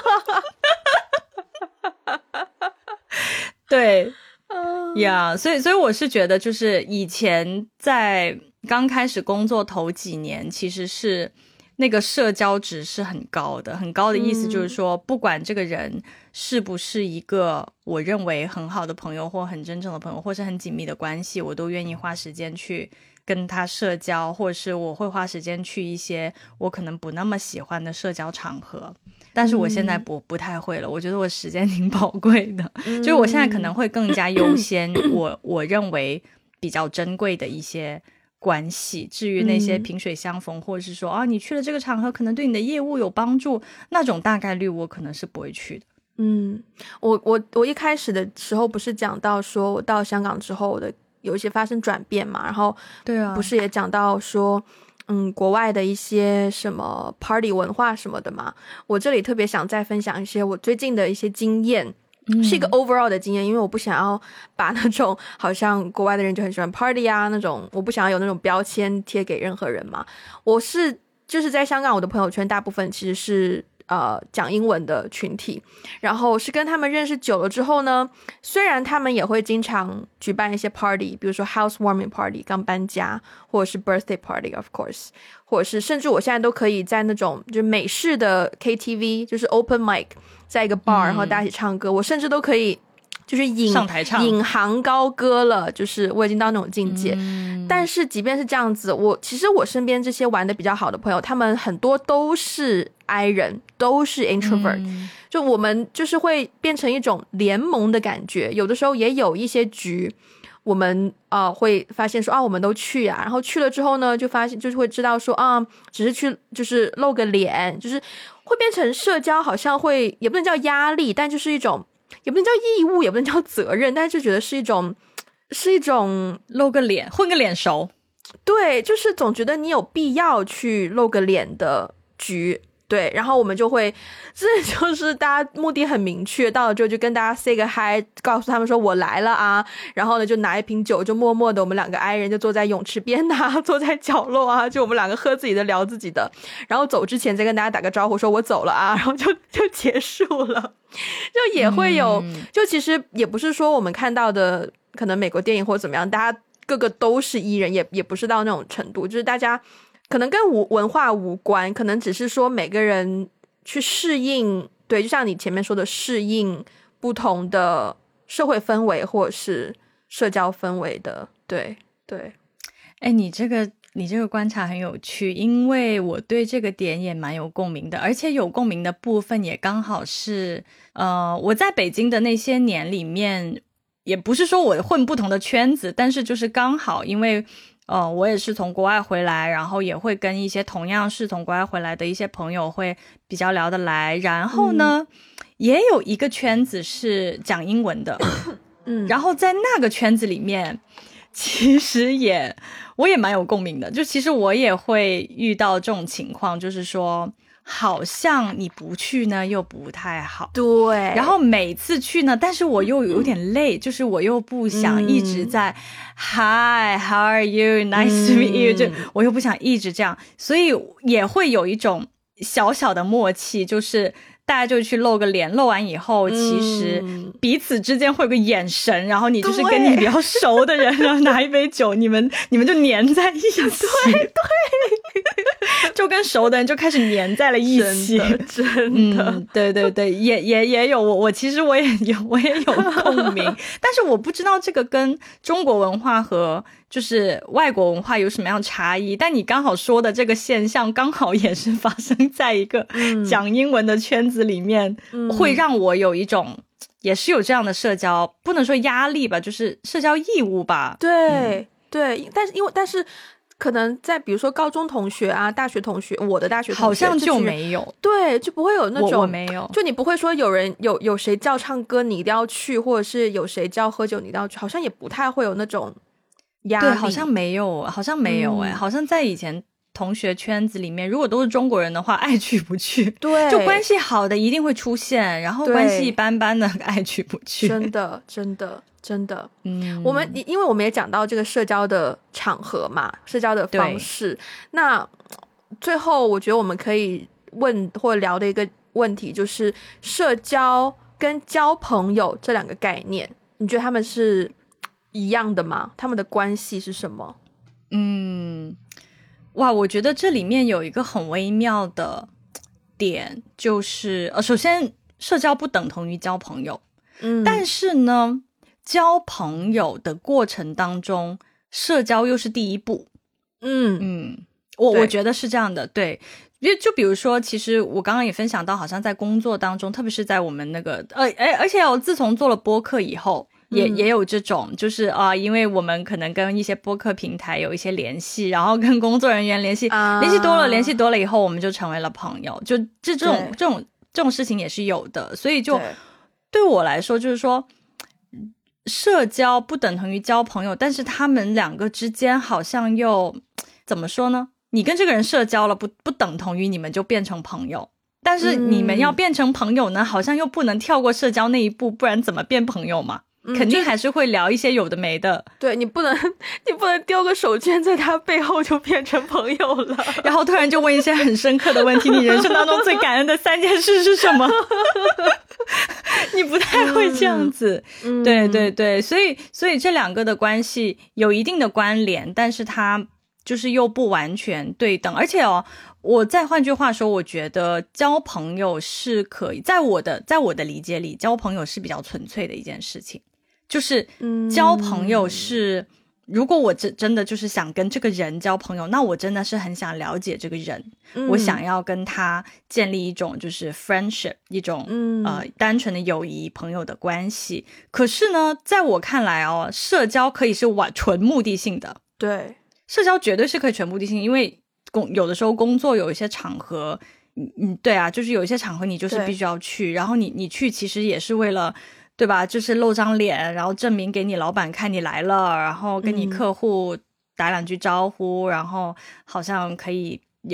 对呀，所以我是觉得就是以前在刚开始工作头几年其实是那个社交值是很高的，很高的意思就是说，不管这个人是不是一个我认为很好的朋友或很真正的朋友或是很紧密的关系，我都愿意花时间去跟他社交，或者是我会花时间去一些我可能不那么喜欢的社交场合。但是我现在不太会了，我觉得我时间挺宝贵的，就是我现在可能会更加优先我认为比较珍贵的一些关系，至于那些萍水相逢或者是说你去了这个场合可能对你的业务有帮助，那种大概率我可能是不会去的。 我一开始的时候不是讲到说我到香港之后我的有一些发生转变嘛，然后对啊， 不是也讲到说国外的一些什么 party 文化什么的嘛，我这里特别想再分享一些我最近的一些经验，是一个 overall 的经验，因为我不想要把那种好像国外的人就很喜欢 party 啊那种，我不想要有那种标签贴给任何人嘛。我是就是在香港，我的朋友圈大部分其实是讲英文的群体，然后是跟他们认识久了之后呢，虽然他们也会经常举办一些 party， 比如说 housewarming party 刚搬家，或者是 birthday party of course， 或者是甚至我现在都可以在那种就是美式的 KTV 就是 open mic， 在一个 bar 然后大家一起唱歌，我甚至都可以就是引吭高歌了，就是我已经到那种境界。但是即便是这样子，其实我身边这些玩的比较好的朋友，他们很多都是 I 人，都是 introvert，就我们就是会变成一种联盟的感觉，有的时候也有一些局我们会发现说我们都去啊，然后去了之后呢就发现就是会知道说只是去就是露个脸，就是会变成社交，好像会也不能叫压力，但就是一种也不能叫义务，也不能叫责任，但是就觉得是一种露个脸混个脸熟， 对，就是总觉得你有必要去露个脸的局对，然后我们就会，这就是大家目的很明确，到了之后就跟大家 say 个 hi， 告诉他们说我来了啊，然后呢就拿一瓶酒，就默默的我们2个 I 人就坐在泳池边啊，坐在角落啊，就我们2个喝自己的聊自己的，然后走之前再跟大家打个招呼说我走了啊，然后就结束了。就也会有，就其实也不是说我们看到的可能美国电影或者怎么样，大家个个都是E人，也不是到那种程度，就是大家可能跟文化无关，可能只是说每个人去适应，对，就像你前面说的，适应不同的社会氛围或者是社交氛围的，对对。 你这个观察很有趣，因为我对这个点也蛮有共鸣的，而且有共鸣的部分也刚好是我在北京的那些年里面，也不是说我混不同的圈子，但是就是刚好因为我也是从国外回来，然后也会跟一些同样是从国外回来的一些朋友会比较聊得来，然后呢也有一个圈子是讲英文的然后在那个圈子里面其实我也蛮有共鸣的，就其实我也会遇到这种情况，就是说好像你不去呢又不太好， 对， 然后每次去呢但是我又有点累就是我又不想一直在Hi how are you nice to meet you 就我又不想一直这样，所以也会有一种小小的默契，就是大家就去露个脸，露完以后其实彼此之间会有个眼神，然后你就是跟你比较熟的人然后拿一杯酒你们就黏在一起， 对对就跟熟的人就开始黏在了一起， 真的对对对，也有我其实我也有共鸣但是我不知道这个跟中国文化和就是外国文化有什么样差异，但你刚好说的这个现象刚好也是发生在一个讲英文的圈子里面会让我有一种也是有这样的社交，不能说压力吧，就是社交义务吧， 对对，但是可能在比如说高中同学啊，大学同学，我的大学同学好像就没有， 对，就不会有那种我没有， 就你不会说有谁叫唱歌你一定要去，或者是有谁叫喝酒你一定要去，好像也不太会有那种压力， 对，好像没有好像在以前同学圈子里面如果都是中国人的话爱去不去， 对， 就关系好的一定会出现，然后关系一般般的爱去不去， 真的我们因为我们也讲到这个社交的场合嘛，社交的方式，那最后我觉得我们可以问或聊的一个问题就是社交跟交朋友这2个概念，你觉得他们是一样的吗？他们的关系是什么？ 哇，我觉得这里面有一个很微妙的点，就是首先社交不等同于交朋友，但是呢交朋友的过程当中社交又是第一步，我觉得是这样的，对，就比如说其实我刚刚也分享到好像在工作当中，特别是在我们那个而且我自从做了播客以后也有这种就是因为我们可能跟一些播客平台有一些联系，然后跟工作人员联系联系多了以后我们就成为了朋友，就这种事情也是有的，所以就对我来说就是说社交不等同于交朋友，但是他们2个之间好像又怎么说呢，你跟这个人社交了不等同于你们就变成朋友，但是你们要变成朋友呢好像又不能跳过社交那一步，不然怎么变朋友嘛，肯定还是会聊一些有的没的， 对，你不能丢个手绢在他背后就变成朋友了然后突然就问一些很深刻的问题你人生当中最感恩的3件事是什么你不太会这样子对对对，所以这2个的关系有一定的关联，但是它就是又不完全对等，而且我再换句话说，我觉得交朋友是可以在我的理解里，交朋友是比较纯粹的一件事情，就是交朋友是如果我真的就是想跟这个人交朋友，那我真的是很想了解这个人，我想要跟他建立一种就是 friendship 一种单纯的友谊朋友的关系，可是呢在我看来社交可以是纯目的性的， 对， 社交绝对是可以全目的性，因为有的时候工作有一些场合对啊，就是有一些场合你就是必须要去，然后你去其实也是为了对吧，就是露张脸，然后证明给你老板看你来了，然后跟你客户打2句招呼，然后好像可以有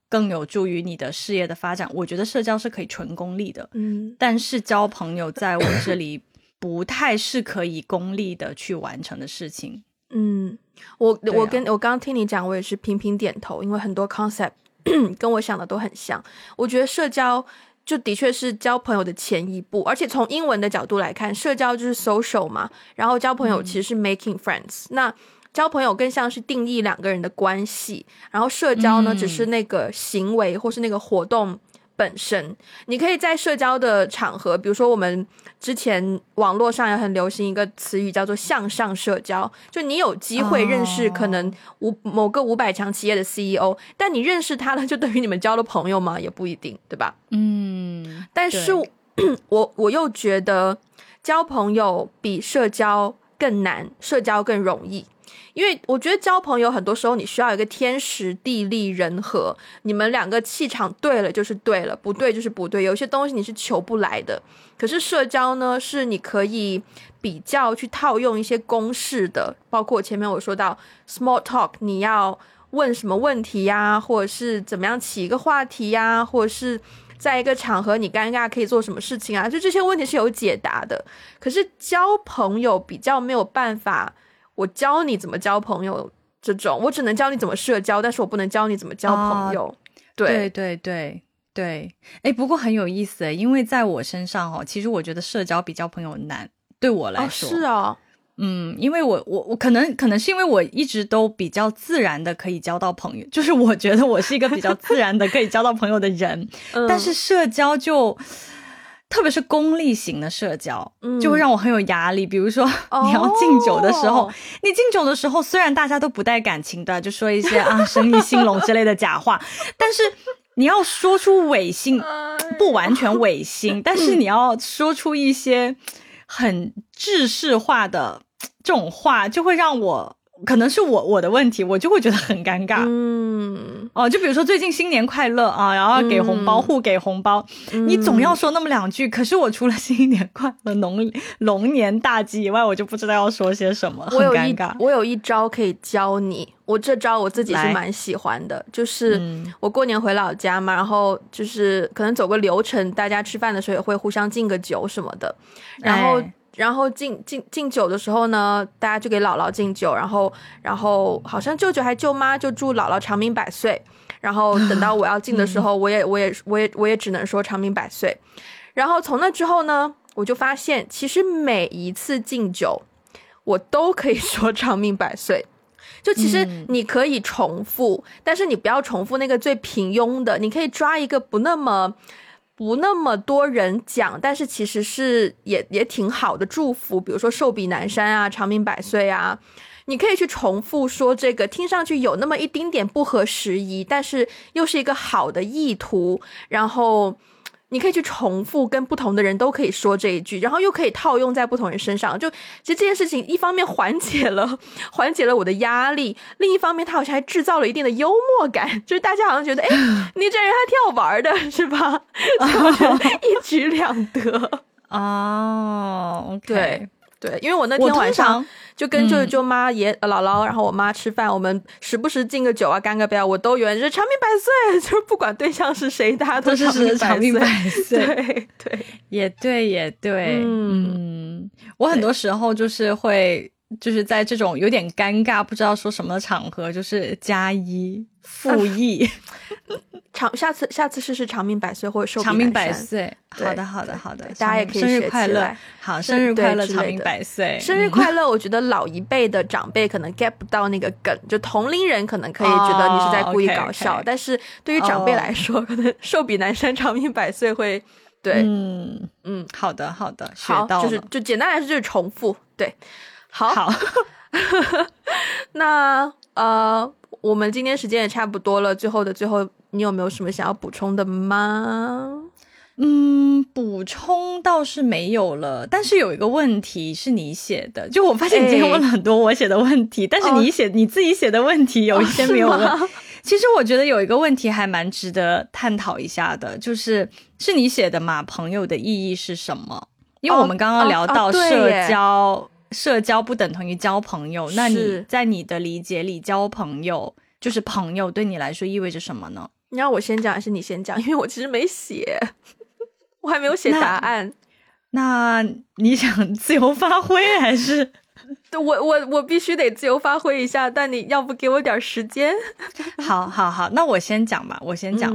更有助于你的事业的发展，我觉得社交是可以纯功利的，但是交朋友在我这里不太是可以功利的去完成的事情。 我刚刚听你讲，我也是频频点头，因为很多 concept 跟我想的都很像。我觉得社交就的确是交朋友的前一步，而且从英文的角度来看，社交就是 social 嘛，然后交朋友其实是 making friends，那交朋友更像是定义两个人的关系，然后社交呢只是那个行为或是那个活动本身。你可以在社交的场合，比如说我们之前网络上也很流行一个词语叫做向上社交，就你有机会认识可能某个500强企业的 CEO， 但你认识他了就等于你们交了朋友吗？也不一定，对吧？但是我又觉得交朋友比社交更难，社交更容易。因为我觉得交朋友很多时候你需要一个天时地利人和，你们两个气场对了就是对了，不对就是不对，有些东西你是求不来的。可是社交呢，是你可以比较去套用一些公式的，包括前面我说到 small talk， 你要问什么问题呀，或者是怎么样起一个话题呀，或者是在一个场合你尴尬可以做什么事情啊，就这些问题是有解答的。可是交朋友比较没有办法，我教你怎么交朋友这种，我只能教你怎么社交，但是我不能教你怎么交朋友。 对，不过很有意思，因为在我身上其实我觉得社交比交朋友难，对我来说。 是啊。 因为我可能是因为我一直都比较自然的可以交到朋友，就是我觉得我是一个比较自然的可以交到朋友的人，但是社交就特别是功利型的社交，就会让我很有压力。比如说你要敬酒的时候，你敬酒的时候虽然大家都不带感情的，就说一些生意兴隆之类的假话，但是你要说出违心，不完全违心，但是你要说出一些很制式化的这种话，就会让我，可能是我的问题，我就会觉得很尴尬。就比如说最近新年快乐啊，然后给红包，互给红包，你总要说那么2句，可是我除了新年快乐、龙年大吉以外，我就不知道要说些什么，很尴尬。 我有一招可以教你，我这招我自己是蛮喜欢的，就是我过年回老家嘛，然后就是可能走个流程，大家吃饭的时候也会互相敬个酒什么的，然后敬酒的时候呢，大家就给姥姥敬酒，然后好像舅舅还舅妈就祝姥姥长命百岁，然后等到我要敬的时候，我也只能说长命百岁。然后从那之后呢，我就发现其实每一次敬酒我都可以说长命百岁，就其实你可以重复，但是你不要重复那个最平庸的，你可以抓一个不那么多人讲，但是其实是也挺好的祝福，比如说寿比南山啊，长命百岁啊，你可以去重复说这个听上去有那么一丁点不合时宜，但是又是一个好的意图，然后你可以去重复，跟不同的人都可以说这一句，然后又可以套用在不同人身上。就其实这件事情一方面缓解了我的压力，另一方面它好像还制造了一定的幽默感，就是大家好像觉得你这人还挺好玩的是吧？我觉得一举两得。 OK， 对，因为我那天晚上就跟舅舅舅妈姥姥然后我妈吃饭，我们时不时敬个酒啊干个杯啊，我都以为是长命百岁，就是不管对象是谁，大家都是长命百岁。对， 也对。我很多时候就是会就是在这种有点尴尬不知道说什么的场合，就是加一附议。 下次试试长命百岁或者寿比长命百南山。 岁。好的， 大家也可以生日快乐。 好， 生日快乐，长命百岁。 生日快乐，我觉得老一辈的长辈可能 get 不到那个梗，就同龄人可能可以觉得你是在故意搞笑，但是对于长辈来说，可能寿比南山长命百岁会对。 好的，学到了。 就简单来说就是重复。对，好。那我们今天时间也差不多了，最后，你有没有什么想要补充的吗？ 补充倒是没有了，但是有一个问题是你写的，就我发现你今天问了很多我写的问题，但是你自己写的问题有一些没有问。其实我觉得有一个问题还蛮值得探讨一下的，是你写的嘛？朋友的意义是什么？因为我们刚刚聊到社交不等同于交朋友，那你在你的理解里，交朋友就是朋友对你来说意味着什么呢？ 你让我先讲还是你先讲？因为我其实没写，我还没有写答案。 那你想自由发挥还是？ 我必须得自由发挥一下，但你要不给我点时间？ 好，那我先讲吧。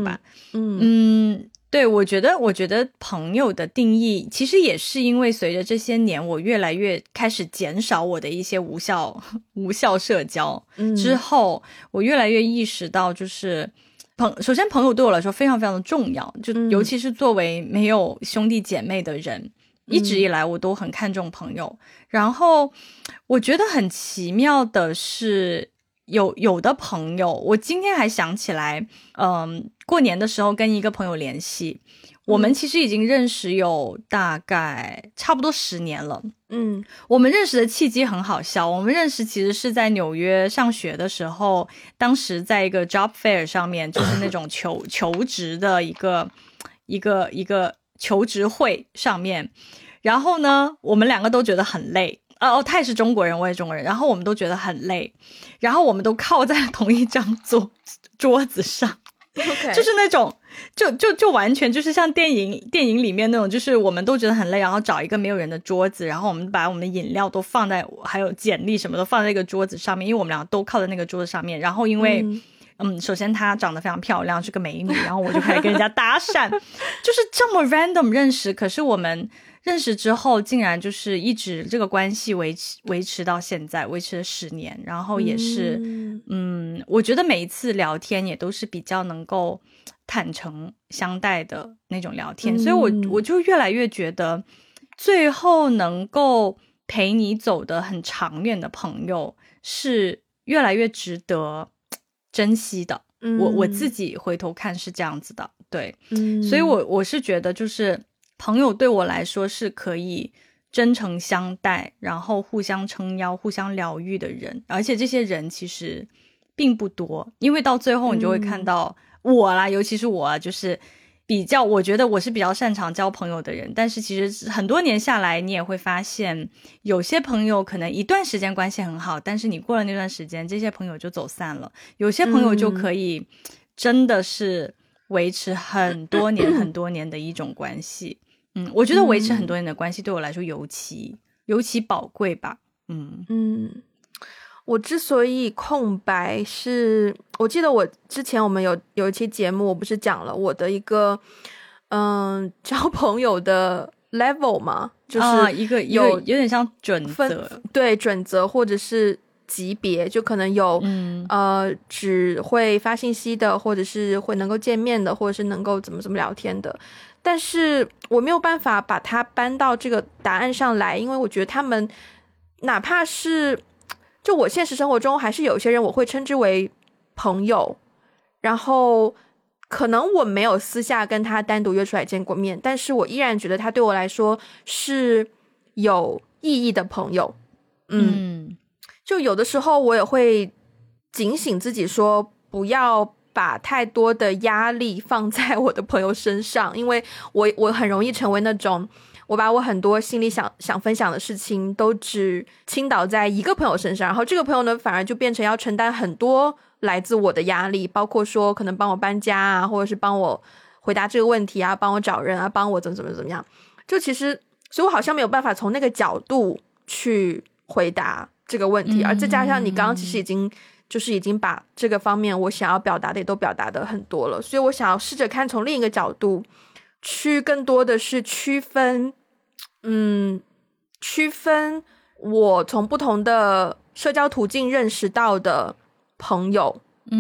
对，我觉得朋友的定义其实也是因为随着这些年我越来越开始减少我的一些无效社交之后，我越来越意识到就是首先朋友对我来说非常非常的重要，就尤其是作为没有兄弟姐妹的人，一直以来我都很看重朋友。然后我觉得很奇妙的是有的朋友，我今天还想起来过年的时候跟一个朋友联系，我们其实已经认识有大概差不多10年了。我们认识的契机很好笑，我们认识其实是在纽约上学的时候，当时在一个 job fair 上面，就是那种求职的一个求职会上面。然后呢，我们两个都觉得很累。他也是中国人，我也是中国人，然后我们都觉得很累，然后我们都靠在同一张桌子上。 Okay. 就是那种就完全就是像电影里面那种，就是我们都觉得很累，然后找一个没有人的桌子，然后我们把我们的饮料都放在，还有简历什么都放在那个桌子上面，因为我们两个都靠在那个桌子上面。然后因为首先她长得非常漂亮，是个美女，然后我就开始跟人家搭讪就是这么 random 认识。可是我们认识之后竟然就是一直这个关系维持到现在，维持了10年。然后也是我觉得每一次聊天也都是比较能够坦诚相待的那种聊天。所以我就越来越觉得最后能够陪你走得很长远的朋友是越来越值得珍惜的。我自己回头看是这样子的。对，所以我是觉得就是朋友对我来说是可以真诚相待，然后互相撑腰互相疗愈的人。而且这些人其实并不多，因为到最后你就会看到我啦，尤其是我就是我觉得我是比较擅长交朋友的人。但是其实很多年下来，你也会发现有些朋友可能一段时间关系很好，但是你过了那段时间这些朋友就走散了。有些朋友就可以真的是维持很多年很多年的一种关系。我觉得维持很多年的关系对我来说尤其宝贵吧。 我之所以空白是，我记得我之前我们有一期节目，我不是讲了我的一个交朋友的 level 嘛，就是有点像准则， 对，准则或者是级别，就可能有只会发信息的，或者是会能够见面的，或者是能够怎么聊天的。但是我没有办法把它搬到这个答案上来，因为我觉得他们哪怕是就我现实生活中还是有些人我会称之为朋友，然后可能我没有私下跟他单独约出来见过面，但是我依然觉得他对我来说是有意义的朋友。就有的时候我也会警醒自己说不要把太多的压力放在我的朋友身上，因为我很容易成为那种我把我很多心里想分享的事情都只倾倒在一个朋友身上，然后这个朋友呢反而就变成要承担很多来自我的压力，包括说可能帮我搬家啊，或者是帮我回答这个问题啊，帮我找人啊，帮我怎么样。就其实所以我好像没有办法从那个角度去回答这个问题。而再加上你刚刚其实已经把这个方面我想要表达的也都表达的很多了，所以我想要试着看从另一个角度去更多的是区分我从不同的社交途径认识到的朋友。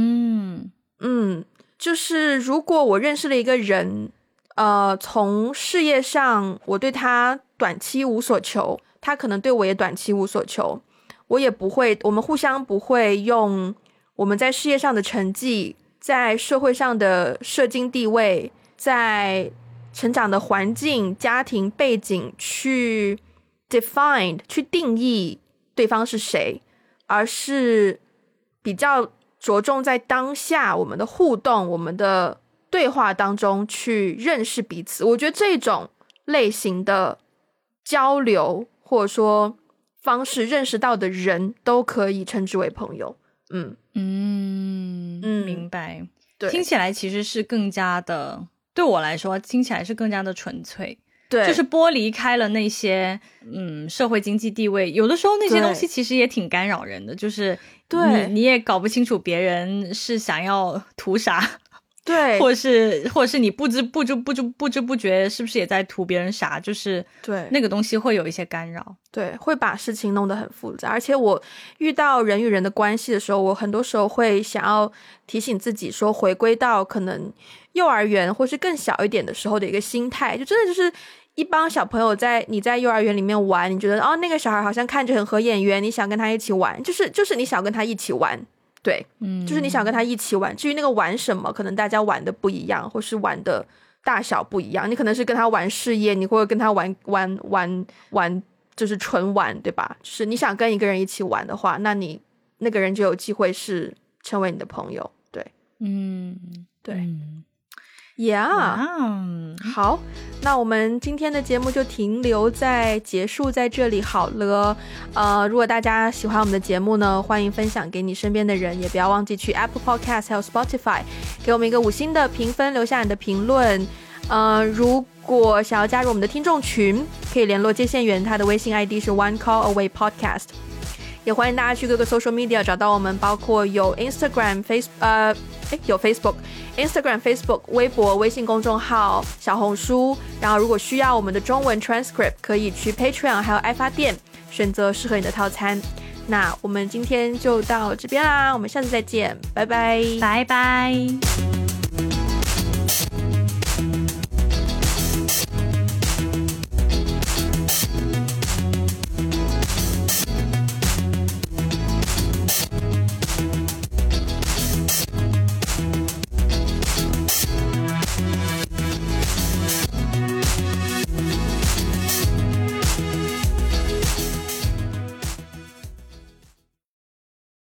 就是如果我认识了一个人，从事业上我对他短期无所求，他可能对我也短期无所求，我们互相不会用我们在事业上的成绩，在社会上的社经地位，在成长的环境家庭背景去 define 去定义对方是谁，而是比较着重在当下我们的互动我们的对话当中去认识彼此。我觉得这种类型的交流或者说方式认识到的人都可以称之为朋友。 明白。 对， 听起来其实是更加的，对我来说听起来是更加的纯粹。 对， 就是剥离开了那些社会经济地位，有的时候那些东西其实也挺干扰人的，就是你也搞不清楚别人是想要图啥， 对， 或者是你不知不觉是不是也在图别人啥，就是对那个东西会有一些干扰， 对，会把事情弄得很复杂。而且我遇到人与人的关系的时候，我很多时候会想要提醒自己说，回归到可能幼儿园或是更小一点的时候的一个心态，就真的就是一帮小朋友你在幼儿园里面玩，你觉得那个小孩好像看着很合眼缘，你想跟他一起玩，就是你想跟他一起玩，对，就是你想跟他一起玩。至于那个玩什么，可能大家玩的不一样，或是玩的大小不一样。你可能是跟他玩事业，你会跟他玩，就是纯玩，对吧？就是你想跟一个人一起玩的话，那你那个人就有机会是成为你的朋友，对，对。好，那我们今天的节目就结束在这里好了。如果大家喜欢我们的节目呢，欢迎分享给你身边的人，也不要忘记去 Apple Podcast 还有 Spotify 给我们一个5星的评分，留下你的评论。如果想要加入我们的听众群，可以联络接线员，他的微信 ID 是 One Call Away Podcast。也欢迎大家去各个 social media 找到我们，包括有 有 Facebook、Instagram、Facebook、微博、微信公众号、小红书。然后如果需要我们的中文 transcript， 可以去 Patreon 还有爱发电选择适合你的套餐。那我们今天就到这边啦，我们下次再见，拜拜， 拜拜。